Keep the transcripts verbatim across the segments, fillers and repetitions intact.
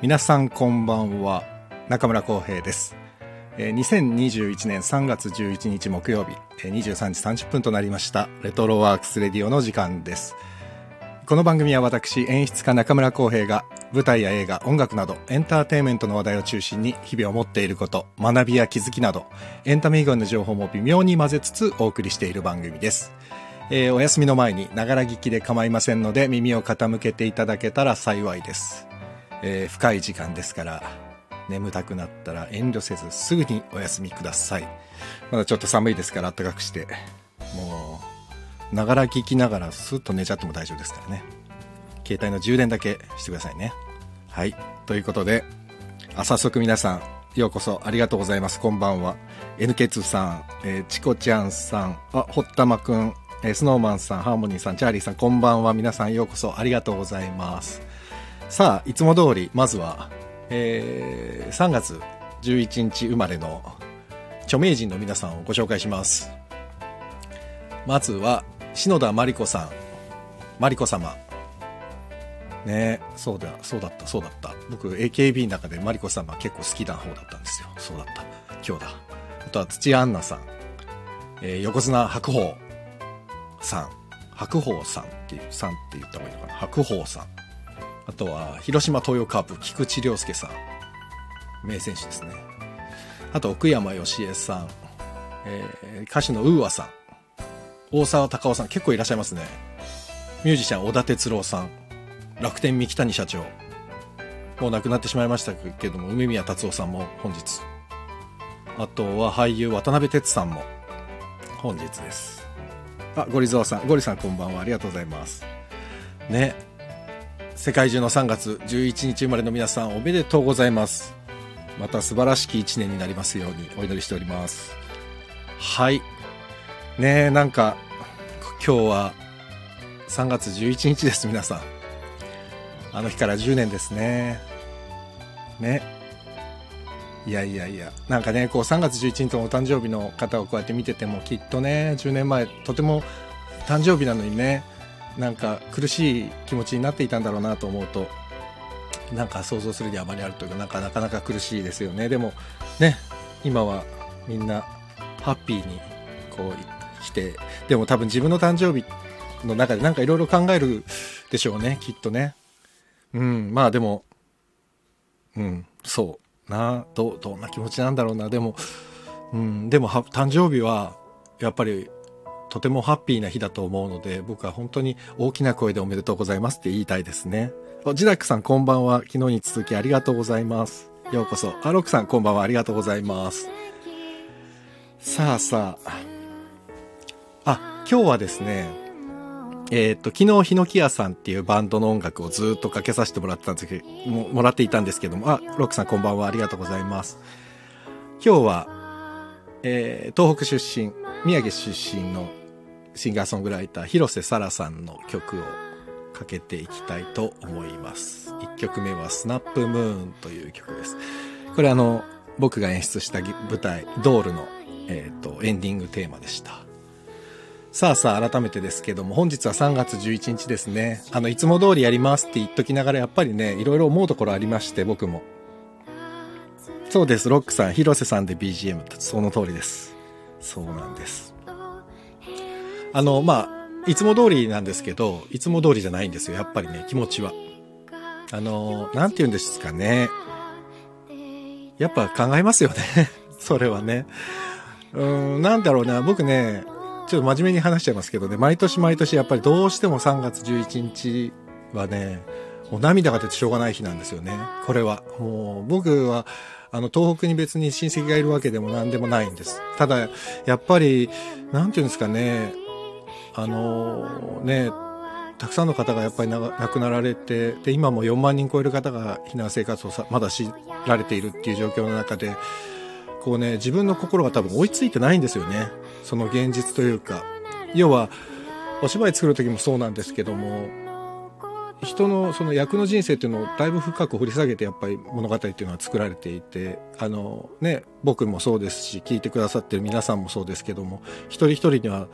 皆さんこんばんは、中村浩平です。にせんにじゅういちねんさんがつじゅういちにち木曜日にじゅうさんじさんじゅっぷんとなりました。レトロワークスレディオの時間です。この番組は私演出家中村浩平が舞台や映画、音楽などエンターテインメントの話題を中心に日々思っていること、学びや気づきなどエンタメ以外の情報も微妙に混ぜつつお送りしている番組です。えー、お休みの前にながら聞きで構いませんので耳を傾けていただけたら幸いです。えー、深い時間ですから眠たくなったら遠慮せずすぐにお休みください。まだちょっと寒いですから暖かくして、もうながら聞きながらスッと寝ちゃっても大丈夫ですからね。携帯の充電だけしてくださいね。はい、ということであ早速皆さんようこそありがとうございます。こんばんは。 エヌケーツー さん、えー、チコちゃんさん、あほったまくん、えー、スノーマンさん、ハーモニーさん、チャーリーさん、こんばんは。皆さんようこそありがとうございます。さあいつも通りまずは、えー、さんがつじゅういちにち生まれの著名人の皆さんをご紹介します。まずは篠田麻里子さん、麻里子様ね。そうだそうだったそうだった僕 エーケービー の中で麻里子様結構好きな方だったんですよ。そうだった、今日だ。あとは土屋アンナさん、えー、横綱白鵬さん、白鵬さんっていうさんって言った方がいいのかな、白鵬さん。あとは広島東洋カープ菊池涼介さん、名選手ですね。あと奥山佳恵さん、えー、歌手のウーアさん、大沢たかおさん、結構いらっしゃいますね。ミュージシャン小田哲郎さん、楽天三木谷社長、もう亡くなってしまいましたけども梅宮達夫さんも本日。あとは俳優渡辺哲さんも本日です。あゴリゾーさん、ゴリさんこんばんは、ありがとうございますね。世界中のさんがつじゅういちにち生まれの皆さんおめでとうございます。また素晴らしきいちねんになりますようにお祈りしております。はいねえ、なんか今日はさんがつじゅういちにちです。皆さんあの日からじゅうねんですね。ね、いやいやいや、なんかねこうさんがつじゅういちにちのお誕生日の方をこうやって見ててもきっとねじゅうねんまえとても誕生日なのにねなんか苦しい気持ちになっていたんだろうなと思うと、なんか想像するにあまりあるというか、なんかなかなか苦しいですよね。でもね今はみんなハッピーにこう来て、でも多分自分の誕生日の中でなんかいろいろ考えるでしょうねきっとね。うんまあでもうんそうな、どどんな気持ちなんだろうな。でもうんでもは誕生日はやっぱりとてもハッピーな日だと思うので、僕は本当に大きな声でおめでとうございますって言いたいですね。ジダックさんこんばんは、昨日に続きありがとうございます。ようこそ。アロックさんこんばんは、ありがとうございます。さあさああ今日はですねえー、っと昨日ヒノキヤさんっていうバンドの音楽をずっとかけさせてもらってたんですけどももらっていたんですけども、あロックさんこんばんは、ありがとうございます。今日は、えー、東北出身宮城出身のシンガーソングライター広瀬沙羅さんの曲をかけていきたいと思います。いっきょくめはスナップムーンという曲です。これあの僕が演出した舞台ドールの、えー、とエンディングテーマでした。さあさあ改めてですけども、本日はさんがつじゅういちにちですね。あのいつも通りやりますって言っときながらやっぱりねいろいろ思うところありまして、僕もそうです。ロックさん広瀬さんで ビージーエム その通りです。そうなんです。あのまあいつも通りなんですけど、いつも通りじゃないんですよやっぱりね。気持ちはあのなんて言うんですかね、やっぱ考えますよねそれはね。うーんなんだろうな、僕ねちょっと真面目に話しちゃいますけどね、毎年毎年やっぱりどうしてもさんがつじゅういちにちはねもう涙が出てしょうがない日なんですよね。これはもう僕はあの東北に別に親戚がいるわけでも何でもないんです。ただやっぱりなんていうんですかね、あのねたくさんの方がやっぱり亡くなられて、で今もよんまんにん超える方が避難生活をさまだ強いられているっていう状況の中で、こうね自分の心が多分追いついてないんですよね、その現実というか。要はお芝居作る時もそうなんですけども、人のその役の人生っていうのをだいぶ深く掘り下げてやっぱり物語っていうのは作られていて、あのね僕もそうですし聞いてくださってる皆さんもそうですけども、一人一人にはと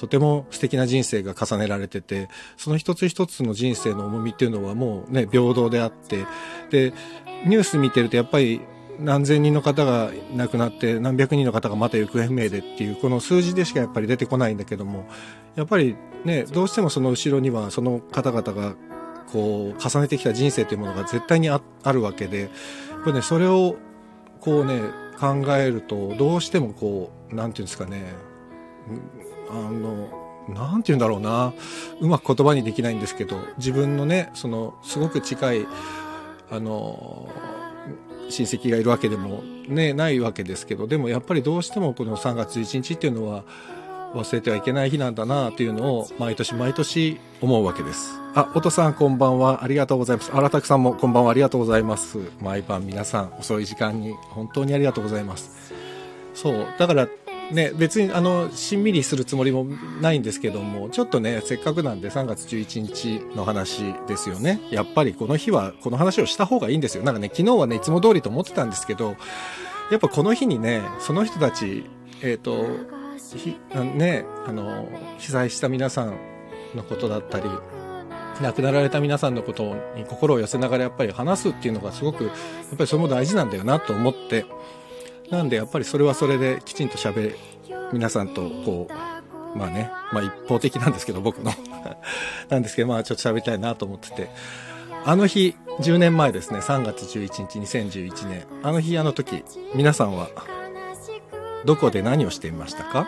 とても素敵な人生が重ねられてて、その一つ一つの人生の重みっていうのはもうね、平等であって、で、ニュース見てるとやっぱり何千人の方が亡くなって何百人の方がまた行方不明でっていうこの数字でしかやっぱり出てこないんだけども、やっぱりね、どうしてもその後ろにはその方々がこう重ねてきた人生というものが絶対に あ, あるわけで、やっぱりね、それをこうね考えるとどうしてもこうなんていうんですかね、あのなんていうんだろうな、うまく言葉にできないんですけど、自分のねそのすごく近いあの親戚がいるわけでもねないわけですけど、でもやっぱりどうしてもこのさんがつじゅういちにちっていうのは忘れてはいけない日なんだなというのを毎年毎年思うわけです。あ、おとさんこんばんは、ありがとうございます。あらたくさんもこんばんは、ありがとうございます。毎晩皆さん遅い時間に本当にありがとうございます。そうだからね、別にあのしんみりするつもりもないんですけども、ちょっとねせっかくなんでさんがつじゅういちにちの話ですよね。やっぱりこの日はこの話をした方がいいんですよ。なんかね、昨日はねいつも通りと思ってたんですけど、やっぱこの日にねその人たちえっとひねあの被災した皆さんのことだったり亡くなられた皆さんのことに心を寄せながらやっぱり話すっていうのがすごくやっぱりそれも大事なんだよなと思って、なんでやっぱりそれはそれできちんと喋る皆さんとこうまあね、まあ一方的なんですけど僕のなんですけど、まあちょっと喋りたいなと思ってて、あの日じゅうねんまえですね、さんがつじゅういちにちにせんじゅういちねん、あの日あの時皆さんはどこで何をしていましたか？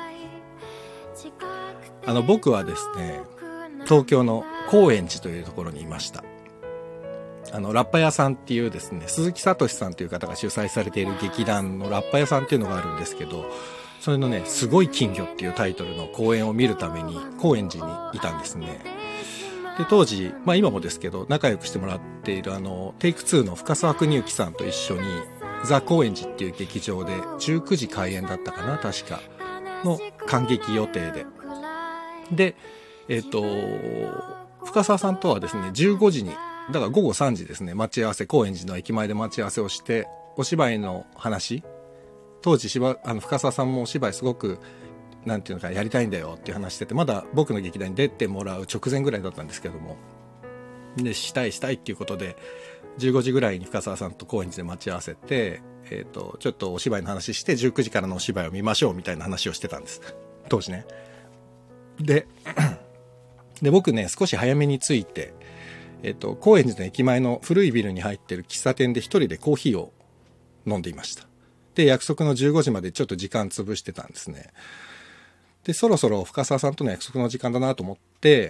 あの僕はですね東京の高円寺というところにいました。あのラッパ屋さんっていうですね、鈴木聡さんという方が主催されている劇団のラッパ屋さんっていうのがあるんですけど、それのねすごい金魚っていうタイトルの公演を見るために高円寺にいたんですね。で当時、まあ今もですけど仲良くしてもらっているあのテイクツーの深沢邦之さんと一緒にザ・高円寺っていう劇場でじゅうくじ開演だったかな、確かの観劇予定で、でえっと深沢さんとはですねじゅうごじに、だからごごさんじですね、待ち合わせ、高円寺の駅前で待ち合わせをしてお芝居の話、当時芝あの深沢さんもお芝居すごくなんていうのかやりたいんだよっていう話してて、まだ僕の劇団に出てもらう直前ぐらいだったんですけども、でしたいしたいっていうことでじゅうごじぐらいに深沢さんと高円寺で待ち合わせて、えーと、ちょっとお芝居の話してじゅうくじからのお芝居を見ましょうみたいな話をしてたんです当時ね。でで僕ね少し早めに着いて、えーと、高円寺の駅前の古いビルに入ってる喫茶店で一人でコーヒーを飲んでいました。で約束のじゅうごじまでちょっと時間潰してたんですね。でそろそろ深沢さんとの約束の時間だなと思って、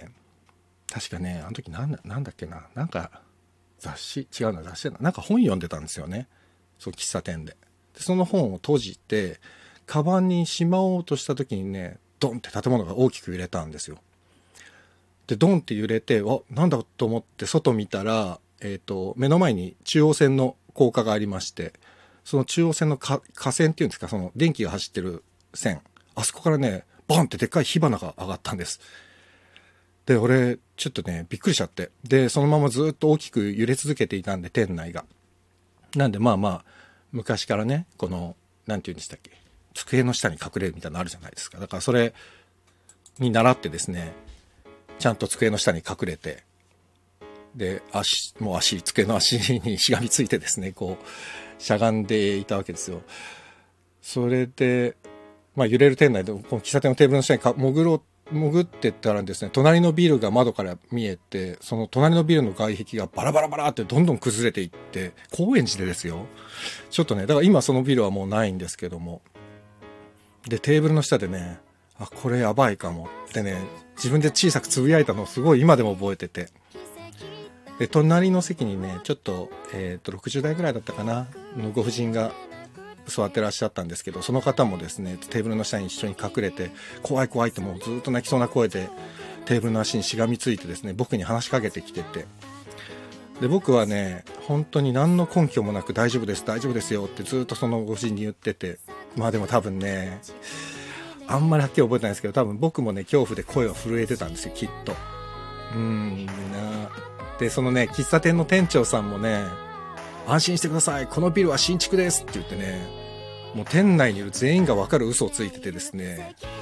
確かねあの時なんだ、なんだっけな、なんか雑誌違うな雑誌だな、なんか本読んでたんですよね、そう喫茶店で。でその本を閉じてカバンにしまおうとした時にねドンって建物が大きく揺れたんですよ。でドンって揺れて、あなんだと思って外見たら、えーと、目の前に中央線の高架がありまして、その中央線の架線っていうんですか、その電気が走ってる線、あそこからねボンってでっかい火花が上がったんです。で俺ちょっとねびっくりしちゃって、でそのままずっと大きく揺れ続けていたんで店内が、なんでまあまあ昔からねこのなんていうんでしたっけ、机の下に隠れるみたいなのあるじゃないですか。だからそれに習ってですね、ちゃんと机の下に隠れて、で足もう足机の足にしがみついてですねこうしゃがんでいたわけですよ。それでまあ揺れる店内でこの喫茶店のテーブルの下にか潜ろう潜ってったらですね、隣のビルが窓から見えて、その隣のビルの外壁がバラバラバラってどんどん崩れていって、高円寺でですよ、ちょっとねだから今そのビルはもうないんですけども、でテーブルの下でね、あこれやばいかもってね自分で小さくつぶやいたのをすごい今でも覚えてて、で隣の席にねちょっと、えー、とろくじゅうだいぐらいだったかなのご婦人が座ってらっしゃったんですけど、その方もですねテーブルの下に一緒に隠れて、怖い怖いってもうずっと泣きそうな声でテーブルの足にしがみついてですね僕に話しかけてきてて、で僕はね本当に何の根拠もなく大丈夫です大丈夫ですよってずっとそのご婦人に言ってて、まあでも多分ねあんまりはっきり覚えてないですけど、多分僕もね恐怖で声は震えてたんですよきっと。うーんなでそのね喫茶店の店長さんもね、安心してくださいこのビルは新築ですって言ってね、もう店内にいる全員が分かる嘘をついててですね、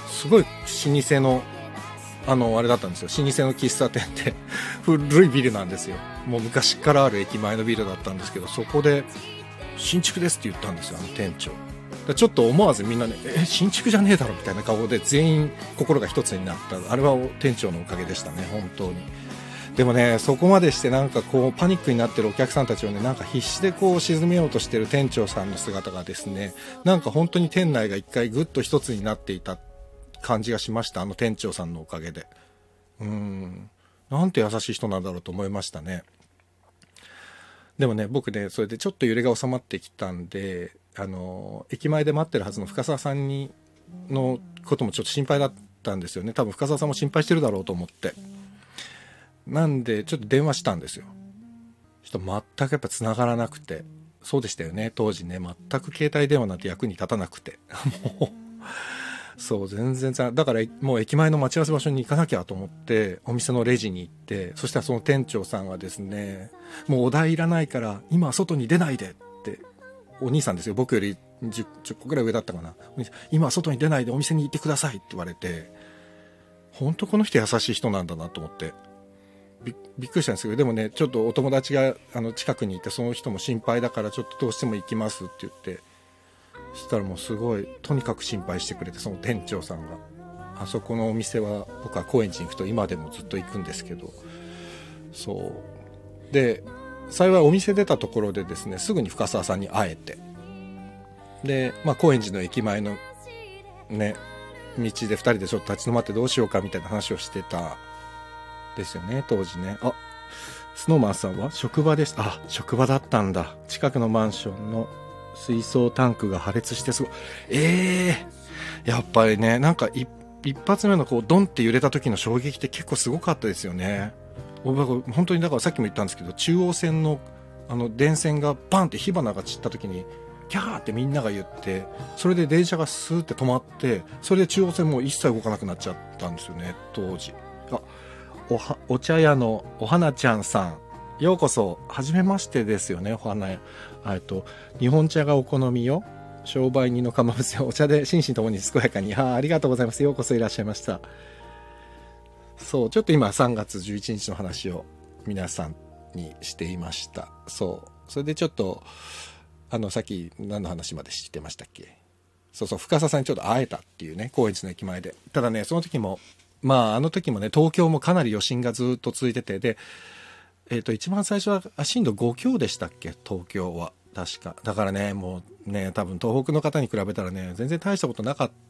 すごい老舗のあのあれだったんですよ。老舗の喫茶店って古いビルなんですよ。もう昔からある駅前のビルだったんですけど、そこで新築ですって言ったんですよ、あの店長。ちょっと思わずみんなね、え新築じゃねえだろみたいな顔で全員心が一つになった。あれは店長のおかげでしたね、本当に。でもね、そこまでしてなんかこうパニックになってるお客さんたちをね、なんか必死でこう沈めようとしてる店長さんの姿がですね、なんか本当に店内が一回ぐっと一つになっていた感じがしました。あの店長さんのおかげで。うーん、なんて優しい人なんだろうと思いましたね。でもね、僕ね、それでちょっと揺れが収まってきたんで、あの駅前で待ってるはずの深澤さんにのこともちょっと心配だったんですよね。多分深澤さんも心配してるだろうと思って、なんでちょっと電話したんですよ。ちょっと全くやっぱ繋がらなくて。そうでしたよね、当時ね、全く携帯電話なんて役に立たなくてもうそう全然だから、もう駅前の待ち合わせ場所に行かなきゃと思ってお店のレジに行って、そしたらその店長さんがですね、もうお題いらないから今外に出ないでって、お兄さんですよ、僕より 10, じゅっこぐらい上だったかな。今外に出ないでお店に行ってくださいって言われて、本当この人優しい人なんだなと思ってび, びっくりしたんですけど、でもね、ちょっとお友達があの近くにいて、その人も心配だからちょっとどうしても行きますって言って、そしたらもうすごいとにかく心配してくれて、その店長さんが。あそこのお店は僕は高円寺に行くと今でもずっと行くんですけど、そうで幸いお店出たところでですね、すぐに深澤さんに会えて、で、まあ、高円寺の駅前のね道でふたりでちょっと立ち止まってどうしようかみたいな話をしてたですよね、当時ね。あ、スノーマンさんは職場でした。あ、職場だったんだ。近くのマンションの水槽タンクが破裂してすごい。ええー、やっぱりね、なんか一発目のこうドンって揺れた時の衝撃って結構すごかったですよね。本当にだからさっきも言ったんですけど、中央線のあの電線がバンって火花が散った時にキャーってみんなが言って、それで電車がスーって止まって、それで中央線も一切動かなくなっちゃったんですよね、当時。あ、おはお茶屋のお花ちゃんさん、ようこそ。はじめましてですよね、お花屋。えっと日本茶がお好みよ、商売人の釜娘、お茶で心身ともに健やかに。あ、ありがとうございます。ようこそいらっしゃいました。そう、ちょっと今さんがつじゅういちにちの話を皆さんにしていました。そう、それでちょっとあのさっき何の話までしてましたっけ。そうそう、深澤さんにちょっと会えたっていうね、高円寺の駅前で。ただね、その時もまああの時もね、東京もかなり余震がずっと続いてて、でえっと一番最初は震度ご強でしたっけ、東京は確か。だからね、もうね、多分東北の方に比べたらね、全然大したことなかった、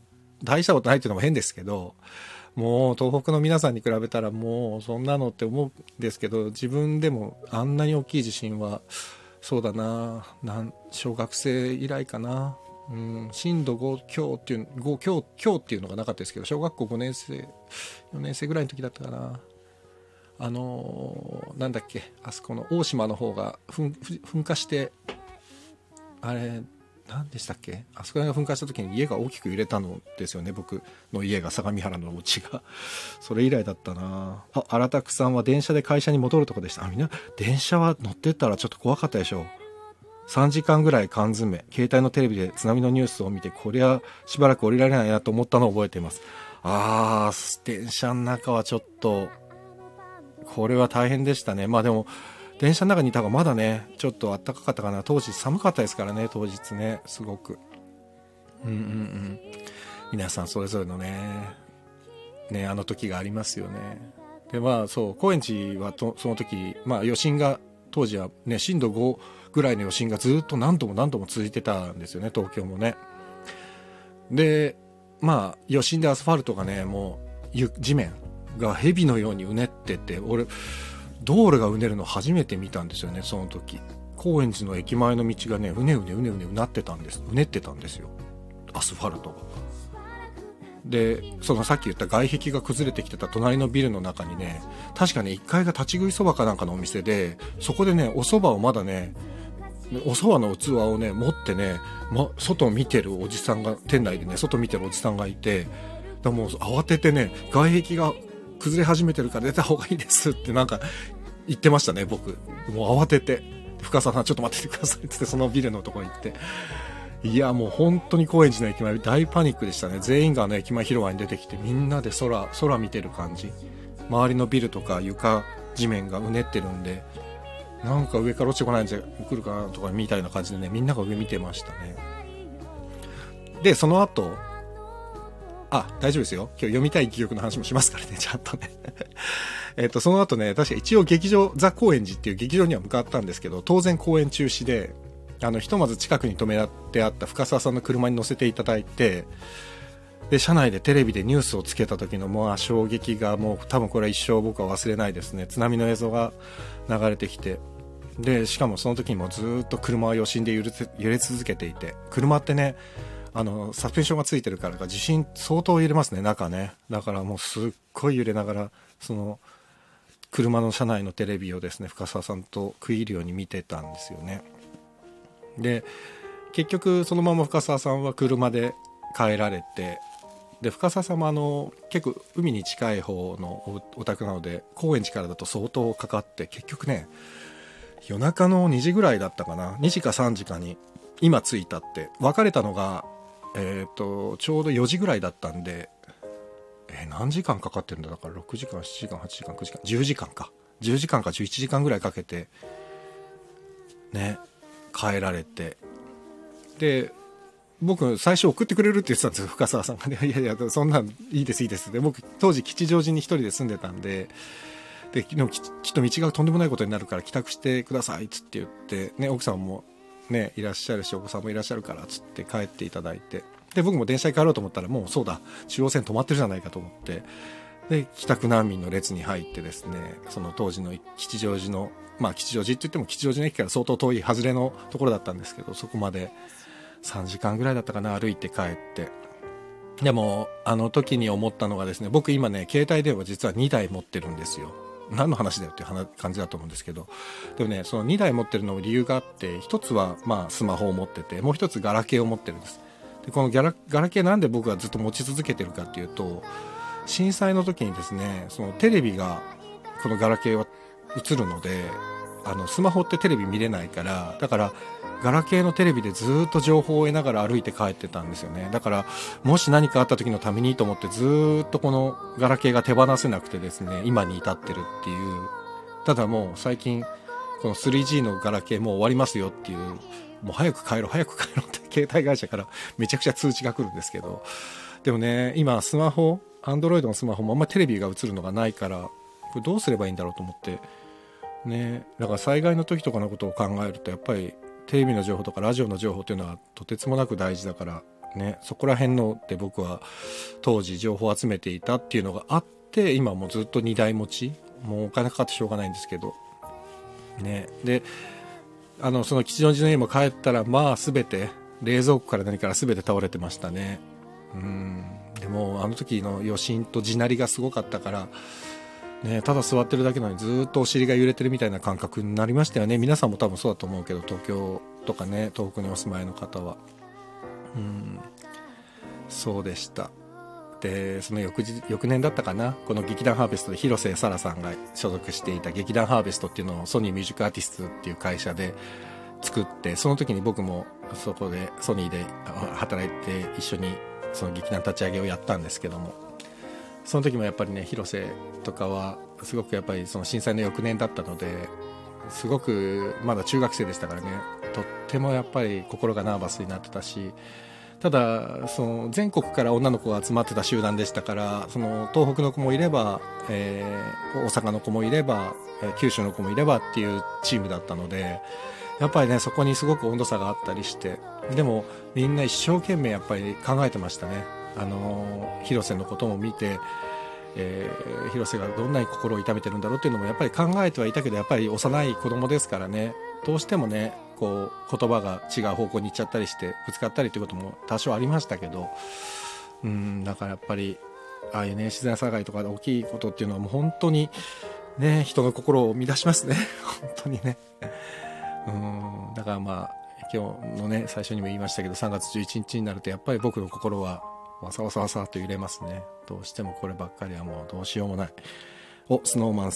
大したことないっていうのも変ですけど、もう東北の皆さんに比べたらもうそんなのって思うんですけど、自分でもあんなに大きい地震はそうだな、なん小学生以来かな、うん、震度ご強っていうご強強っていうのがなかったですけど、小学校ごねんせいよねんせいぐらいの時だったかな。あのー、なんだっけ、あそこの大島の方が噴噴火して、あれ何でしたっけ、あそこが噴火した時に家が大きく揺れたのですよね、僕の家が、相模原のお家が。それ以来だったなあ。荒拓さんは電車で会社に戻るとこでした。あ、みんな電車は乗ってったらちょっと怖かったでしょう。さんじかんぐらい缶詰、携帯のテレビで津波のニュースを見て、こりゃしばらく降りられないなと思ったのを覚えています。あー、電車の中はちょっとこれは大変でしたね。まあでも電車の中にいた方がまだね、ちょっと暖かかったかな。当時寒かったですからね、当日ね、すごく。うんうんうん。皆さんそれぞれのね、ね、あの時がありますよね。で、まあそう、高円寺はとその時、まあ余震が当時はね、震度ごぐらいの余震がずっと何度も何度も続いてたんですよね、東京もね。で、まあ余震でアスファルトがね、もう地面が蛇のようにうねってて、俺道路がうねるの初めて見たんですよね、その時。高円寺の駅前の道がね、うねうねうねうねうなってたんです。うねってたんですよ、アスファルトが。で、そのさっき言った外壁が崩れてきてた隣のビルの中にね、確かねいっかいが立ち食いそばかなんかのお店で、そこでねお蕎麦をまだね、お蕎麦の器をね持ってね、ま、外を見てるおじさんが、店内でね外見てるおじさんがいて、だもう慌ててね、外壁が崩れ始めてるから出た方がいいですってなんか言ってましたね、僕。もう慌てて、深澤さんちょっと待っててくださいって言って、そのビルのところに行って、 いやもう本当に高円寺の駅前大パニックでしたね。全員があの駅前広場に出てきて、みんなで空空見てる感じ、周りのビルとか床地面がうねってるんで、なんか上から落ちてこないんじゃ来るかなとかみたいな感じでね、みんなが上見てましたね。でその後、あ、大丈夫ですよ、今日読みたい戯曲の話もしますからね、ちゃんとねえっとその後ね、確か一応劇場ザ・高円寺っていう劇場には向かったんですけど、当然公演中止で、あのひとまず近くに止めてあった深澤さんの車に乗せていただいて、で車内でテレビでニュースをつけた時のもう衝撃が、もう多分これは一生僕は忘れないですね。津波の映像が流れてきて、でしかもその時にもずっと車は余震で揺れ揺れ続けていて、車ってね、あのサスペンションがついてるからか地震相当揺れますね、中ね。だからもうすっごい揺れながら、その車の車内のテレビをですね、深澤さんと食い入るように見てたんですよね。で結局そのまま深澤さんは車で帰られて、で深澤さんもあの結構海に近い方のお宅なので、高円寺からだと相当かかって、結局ね夜中のにじぐらいだったかな、にじかさんじかに今着いたって、別れたのが、えー、とちょうどよじぐらいだったんで、えー、何時間かかってるんだ、だからろくじかんしちじかんはちじかんくじかんじゅうじかんかじゅうじかんかじゅういちじかんぐらいかけてね帰られて、で僕最初送ってくれるって言ってたんですよ、深澤さんがね。いやいやそんなんいいですいいですで、僕当時吉祥寺に一人で住んでたんで、でききっと道がとんでもないことになるから帰宅してくださいっつって言って、ね、奥さんもねいらっしゃるしお子さんもいらっしゃるからっつって帰っていただいて、で僕も電車に帰ろうと思ったら、もうそうだ中央線止まってるじゃないかと思って、で帰宅難民の列に入ってですね、その当時の吉祥寺の、まあ吉祥寺って言っても吉祥寺の駅から相当遠い外れのところだったんですけど、そこまでさんじかんぐらいだったかな、歩いて帰って。でもあの時に思ったのがですね、僕今ね携帯電話実はにだい持ってるんですよ。何の話だよっていう感じだと思うんですけど、でもねそのにだい持ってるのも理由があって、一つはまあスマホを持ってて、もう一つガラケーを持ってるんです。でこのガラ、ガラケーなんで僕はずっと持ち続けてるかっていうと、震災の時にですね、そのテレビがこのガラケーは映るので、あのスマホってテレビ見れないから、だからガラケーのテレビでずっと情報を得ながら歩いて帰ってたんですよね。だからもし何かあった時のためにと思ってずっとこのガラケーが手放せなくてですね、今に至ってるっていう。ただもう最近この スリージー のガラケーもう終わりますよっていう、もう早く帰ろう早く帰ろうって携帯会社からめちゃくちゃ通知が来るんですけど、でもね今スマホ Android のスマホもあんまりテレビが映るのがないから、これどうすればいいんだろうと思ってね。だから災害の時とかのことを考えると、やっぱりテレビの情報とかラジオの情報っていうのはとてつもなく大事だからね、そこら辺ので僕は当時情報を集めていたっていうのがあって、今もずっとにだい持ち、もうお金かかってしょうがないんですけどね。であのその吉祥寺の家も帰ったら、まあ全て冷蔵庫から何から全て倒れてましたね。うん、でもあの時の余震と地鳴りがすごかったからね、ただ座ってるだけなのにずっとお尻が揺れてるみたいな感覚になりましたよね。皆さんも多分そうだと思うけど、東京とかね東北にお住まいの方は。うん、そうでした。でその 翌, 日翌年だったかな、この劇団ハーベストで広瀬沙羅さんが所属していた劇団ハーベストっていうのをソニーミュージックアーティストっていう会社で作って、その時に僕もそこでソニーで働いて一緒にその劇団立ち上げをやったんですけども、その時もやっぱりね広瀬とかはすごくやっぱりその震災の翌年だったので、すごくまだ中学生でしたからね、とってもやっぱり心がナーバスになってたし、ただその全国から女の子が集まってた集団でしたから、その東北の子もいれば、えー、大阪の子もいれば、えー、九州の子もいればっていうチームだったので、やっぱりねそこにすごく温度差があったりして、でもみんな一生懸命やっぱり考えてましたね。あの広瀬のことも見て、えー、広瀬がどんなに心を痛めてるんだろうっていうのもやっぱり考えてはいたけど、やっぱり幼い子供ですからね、どうしてもねこう言葉が違う方向に行っちゃったりしてぶつかったりということも多少ありましたけど、うん、だからやっぱりああいうね自然災害とかで大きいことっていうのはもう本当にね人の心を乱しますね本当にね。うん、だからまあ今日のね最初にも言いましたけど、さんがつじゅういちにちになるとやっぱり僕の心はわさわさわさと揺れますね。どうしてもこればっかりはもうどうしようもない。お、スノーマンさん、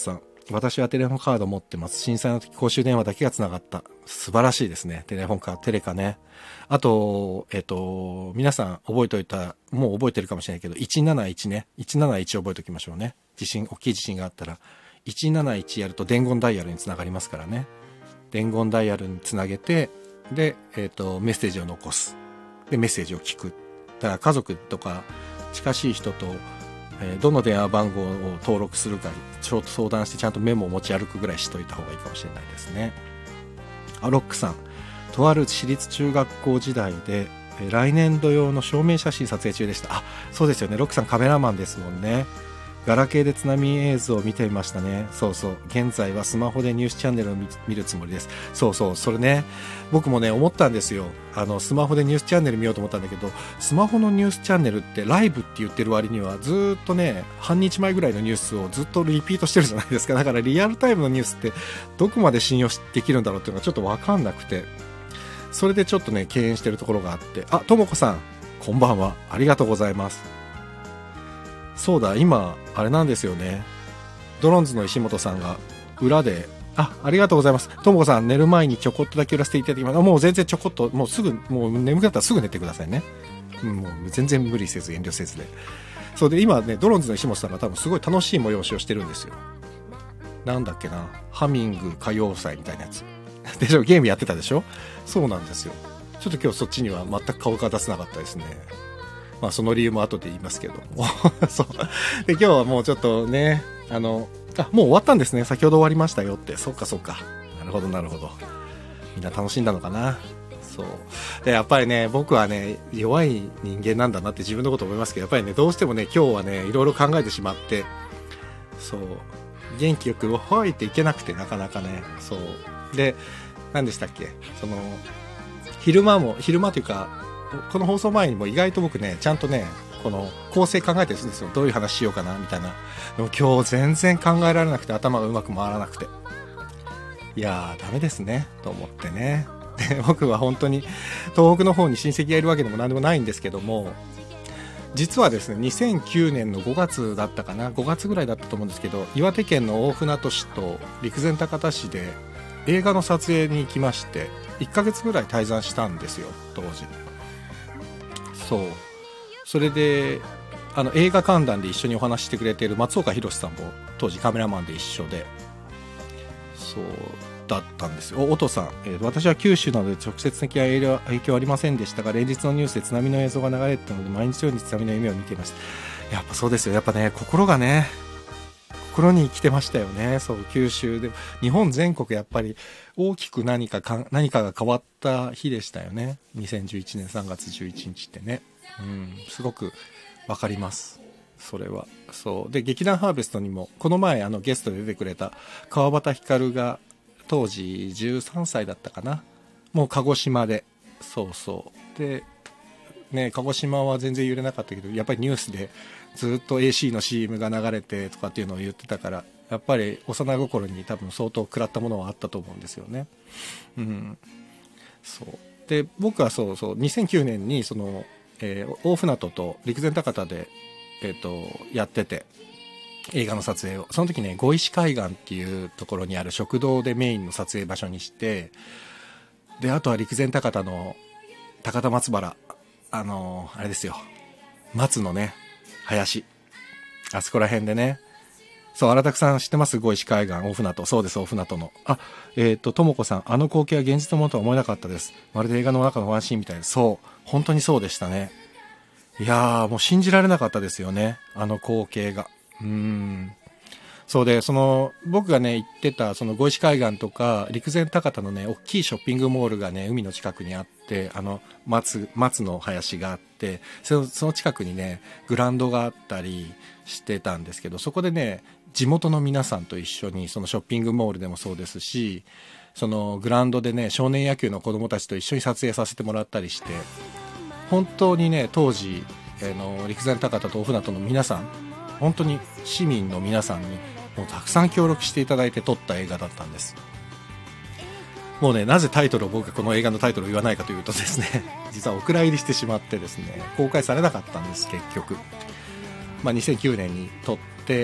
私はテレホンカード持ってます。震災の時公衆電話だけが繋がった。素晴らしいですね。テレホンカード、テレカね。あと、えっと、皆さん覚えておいた、もう覚えてるかもしれないけど、いちなないちね。いちなないち覚えておきましょうね。地震、大きい地震があったら、いちなないちやると伝言ダイヤルに繋がりますからね。伝言ダイヤルにつなげて、で、えっと、メッセージを残す。で、メッセージを聞く。だから家族とか近しい人と、えー、どの電話番号を登録するかちょっと相談してちゃんとメモを持ち歩くぐらいしといた方がいいかもしれないですね。あ、ロックさん、とある私立中学校時代で、えー、来年度用の証明写真撮影中でした。あ、そうですよね。ロックさんカメラマンですもんね。ガラケーで津波映像を見てみましたね。そうそう。現在はスマホでニュースチャンネルを 見, 見るつもりです。そうそう。それね、僕もね、思ったんですよ。あの、スマホでニュースチャンネル見ようと思ったんだけど、スマホのニュースチャンネルってライブって言ってる割にはずーっとね、半日前ぐらいのニュースをずっとリピートしてるじゃないですか。だからリアルタイムのニュースってどこまで信用できるんだろうっていうのがちょっとわかんなくて、それでちょっとね、敬遠してるところがあって、あ、ともこさん、こんばんは。ありがとうございます。そうだ、今、あれなんですよね。ドローンズの石本さんが裏で、あ、ありがとうございます。ともこさん、寝る前にちょこっとだけ売らせていただきます。もう全然ちょこっと、もうすぐ、もう眠くなったらすぐ寝てくださいね。うん、もう全然無理せず、遠慮せずで。そうで、今ね、ドローンズの石本さんが多分すごい楽しい催しをしてるんですよ。なんだっけな、ハミング歌謡祭みたいなやつ。でしょ、ゲームやってたでしょ。そうなんですよ。ちょっと今日そっちには全く顔が出せなかったですね。まあその理由も後で言いますけどもそうで、今日はもうちょっとね、あのあ、もう終わったんですね。先ほど終わりましたよって。そっかそっか、なるほどなるほど。みんな楽しんだのかな。そうで、やっぱりね、僕はね、弱い人間なんだなって自分のこと思いますけど、やっぱりね、どうしてもね、今日はね、いろいろ考えてしまって、そう元気よくほいっていけなくて、なかなかね。そうで、何でしたっけ、その昼間も昼間というかこの放送前にも意外と僕ね、ちゃんとね、この構成考えてるんですよ。どういう話しようかなみたいな。でも今日全然考えられなくて、頭がうまく回らなくて、いやーダメですねと思ってね。で、僕は本当に東北の方に親戚がいるわけでも何でもないんですけども、実はですね、にせんきゅうねんのごがつだったかな、ごがつぐらいだったと思うんですけど、岩手県の大船渡市と陸前高田市で映画の撮影に行きまして、いっかげつぐらい滞在したんですよ、当時。そう、それであの映画観覧で一緒にお話してくれている松岡弘さんも当時カメラマンで一緒で、そうだったんですよ。おとさん、えー、私は九州なので直接的な影響はありませんでしたが、連日のニュースで津波の映像が流れていたので毎日のように津波の夢を見ていました。やっぱそうですよ。やっぱね、心がね、心に来てましたよね。そう、九州で、日本全国やっぱり大きく何かか何かが変わった日でしたよね。にせんじゅういちねんさんがつじゅういちにちってね。うん、すごくわかります。それは。そうで、劇団ハーベストにもこの前あのゲストで出てくれた川端光が当時じゅうさんさいだったかな。もう鹿児島で、そうそうでね、鹿児島は全然揺れなかったけど、やっぱりニュースでずっと エーシー の シーエム が流れてとかっていうのを言ってたから、やっぱり幼心に多分相当食らったものはあったと思うんですよね。うん、そうで、僕はそうそうにせんきゅうねんにその、えー、大船渡と陸前高田で、えー、とやってて、映画の撮影をその時ね、五石海岸っていうところにある食堂でメインの撮影場所にして、であとは陸前高田の高田松原、あのー、あれですよ、松のね林、あそこら辺でね。そう、荒拓さん知ってます？五石海岸、大船渡。そうです、大船渡の。あ、えっと、ともこさん、あの光景は現実のものとは思えなかったです。まるで映画の中のワンシーンみたいです。そう、本当にそうでしたね。いやー、もう信じられなかったですよね、あの光景が。うーん。そうで、その、僕がね、行ってた、その五石海岸とか、陸前高田のね、大きいショッピングモールがね、海の近くにあって、あの、松、松の林があって、その、その近くにね、グラウンドがあったりしてたんですけど、そこでね、地元の皆さんと一緒に、そのショッピングモールでもそうですし、そのグラウンドでね、少年野球の子供たちと一緒に撮影させてもらったりして、本当にね、当時、あの、陸前高田と大船渡の皆さん、本当に市民の皆さんにもうたくさん協力していただいて撮った映画だったんです。もうね、なぜタイトルを僕がこの映画のタイトルを言わないかというとですね、実はお蔵入りしてしまってですね、公開されなかったんです、結局。まあ、にせんきゅうねんに撮って、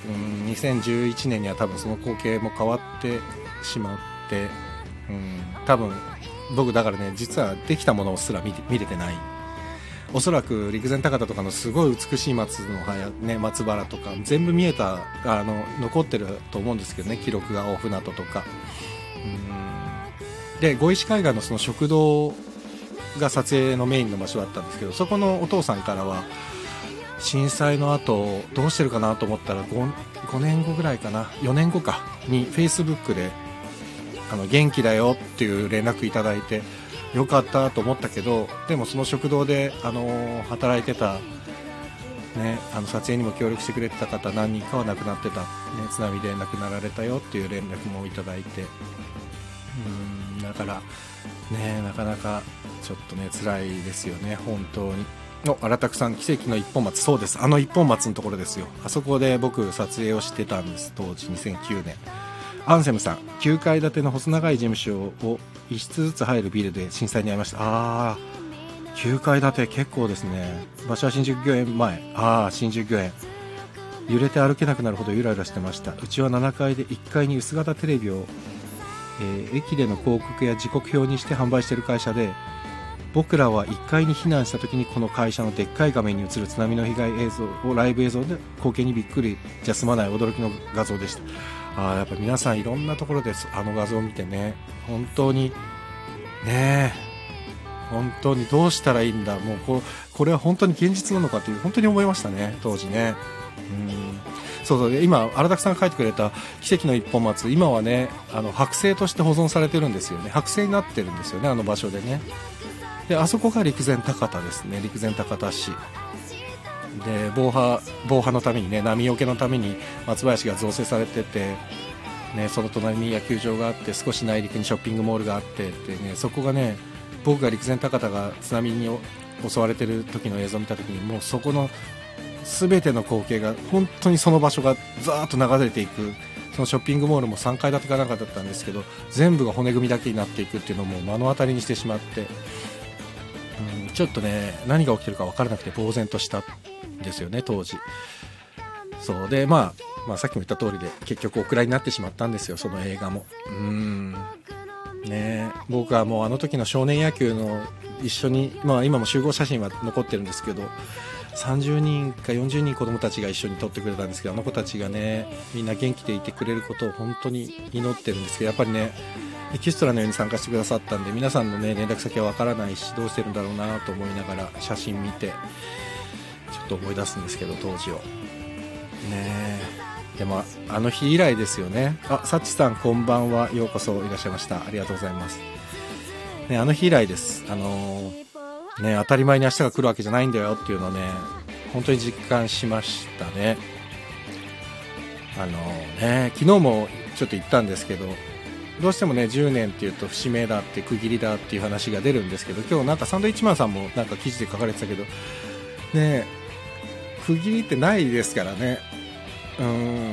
うん、にせんじゅういちねんには多分その光景も変わってしまって、うん、多分僕だからね、実はできたものすら 見, 見れてない。おそらく陸前高田とかのすごい美しい松の葉や、ね、松原とか全部見えた、あの残ってると思うんですけどね、記録が大船渡とか。うんで、五石海岸のその食堂が撮影のメインの場所だったんですけど、そこのお父さんからは震災の後どうしてるかなと思ったら 5, ごねんごぐらいかな、よねんごかに Facebook であの元気だよっていう連絡いただいて、よかったと思ったけど、でもその食堂で、あのー、働いてた、ね、あの撮影にも協力してくれてた方何人かは亡くなってた、ね、津波で亡くなられたよっていう連絡もいただいて、うーんだからね、なかなかちょっとね辛いですよね、本当に。お、荒拓さん、奇跡の一本松、そうです、あの一本松のところですよ。あそこで僕撮影をしてたんです、当時にせんきゅうねん。アンセムさん、きゅうかい建ての細長い事務所をいっしつずつ入るビルで震災に遭いました。あー、きゅうかい建て結構ですね。場所は新宿御苑前。あー、新宿御苑。揺れて歩けなくなるほどゆらゆらしてました。うちはななかいでいっかいに薄型テレビを、えー、駅での広告や時刻表にして販売している会社で、僕らはいっかいに避難した時にこの会社のでっかい画面に映る津波の被害映像をライブ映像で光景にびっくりじゃ済まない驚きの画像でした。あ、やっぱ皆さんいろんなところであの画像を見てね、本当にねえ、本当にどうしたらいいんだ、もう こ, これは本当に現実なのかという本当に思いましたね、当時ね。うん、そうそう、今荒拓さんが書いてくれた奇跡の一本松、今はね、あの剥製として保存されてるんですよね。剥製になってるんですよね、あの場所でね。で、あそこが陸前高田ですね、陸前高田市で、防波防波のためにね、波よけのために松林が造成されてて、ね、その隣に野球場があって、少し内陸にショッピングモールがあってってね、そこがね、僕が陸前高田が津波に襲われてる時の映像を見た時に、もうそこの全ての光景が本当にその場所がザーッと流れていく。そのショッピングモールもさんかい建てかなんかだったんですけど、全部が骨組みだけになっていくっていうのをもう目の当たりにしてしまって、うん、ちょっとね、何が起きてるか分からなくて呆然としたんですよね、当時。そうで、まあ、まあさっきも言った通りで結局お蔵になってしまったんですよ、その映画も。うーんね、僕はもうあの時の少年野球の一緒に、まあ今も集合写真は残ってるんですけど、さんじゅうにんかよんじゅうにん子供たちが一緒に撮ってくれたんですけど、あの子たちがね、みんな元気でいてくれることを本当に祈ってるんですけど、やっぱりね、エキストラのように参加してくださったんで、皆さんのね、連絡先はわからないし、どうしてるんだろうなと思いながら写真見て、ちょっと思い出すんですけど、当時を。ねえ。でも、あの日以来ですよね。あ、サチさんこんばんは。ようこそいらっしゃいました。ありがとうございます。ね、あの日以来です。あのー、ね、当たり前に明日が来るわけじゃないんだよっていうのをね、本当に実感しましたね。あのー、ね、昨日もちょっと言ったんですけど、どうしてもね、じゅうねんっていうと節目だって区切りだっていう話が出るんですけど、今日なんかサンドイッチマンさんもなんか記事で書かれてたけど、ね、区切りってないですからね。うん、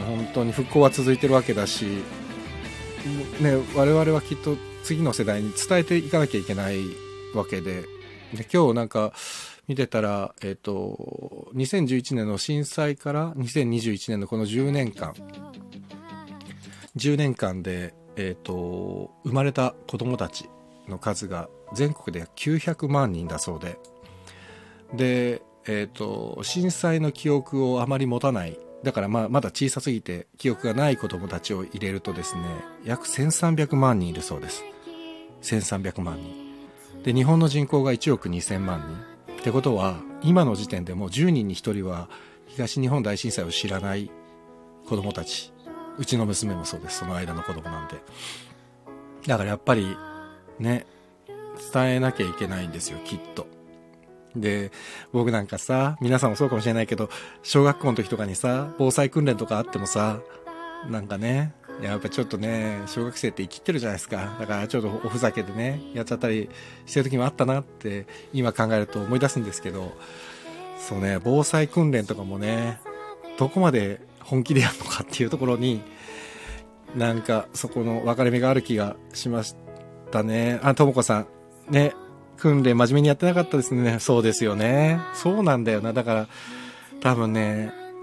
本当に復興は続いてるわけだし、ね、我々はきっと次の世代に伝えていかなきゃいけないわけで、で今日なんか見てたら、えっと、にせんじゅういちねんの震災からにせんにじゅういちねんのこのじゅうねんかん、じゅうねんかんで、えっと、生まれた子供たちの数が全国できゅうひゃくまんにんだそうで、で、えっと、震災の記憶をあまり持たない、だからまあまだ小さすぎて記憶がない子供たちを入れるとですね、約せんさんびゃくまんにんいるそうです。せんさんびゃくまんにんで、日本の人口がいちおくにせんまんにんってことは、今の時点でもうじゅうにんにひとりは東日本大震災を知らない子供たち。うちの娘もそうです。その間の子供なんで。だからやっぱりね、伝えなきゃいけないんですよ、きっと。で、僕なんかさ、皆さんもそうかもしれないけど、小学校の時とかにさ、防災訓練とかあってもさ、なんかね、やっぱちょっとね、小学生って生きってるじゃないですか。だからちょっとおふざけでね、やっちゃったりしてる時もあったなって今考えると思い出すんですけど、そうね、防災訓練とかもね、どこまで本気でやるのかっていうところに、なんかそこの分かれ目がある気がしましたね。あ、ともこさんね、訓練真面目にやってなかったですね。そうですよね。そうなんだよな。だから多分ね、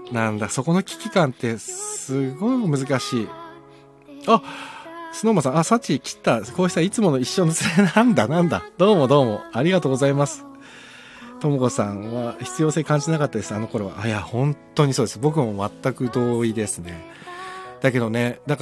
なんだ、そこの危機感ってすごい難しい。あ、スノーマンさん、あ、サチ切った。こうしたいつもの一緒の連れなんだなんだ。どうもどうも。ありがとうございます。ともこさんは必要性感じなかったです、あの頃は。あ、いや、本当にそうです。僕も全く同意ですね。だけどね、だから、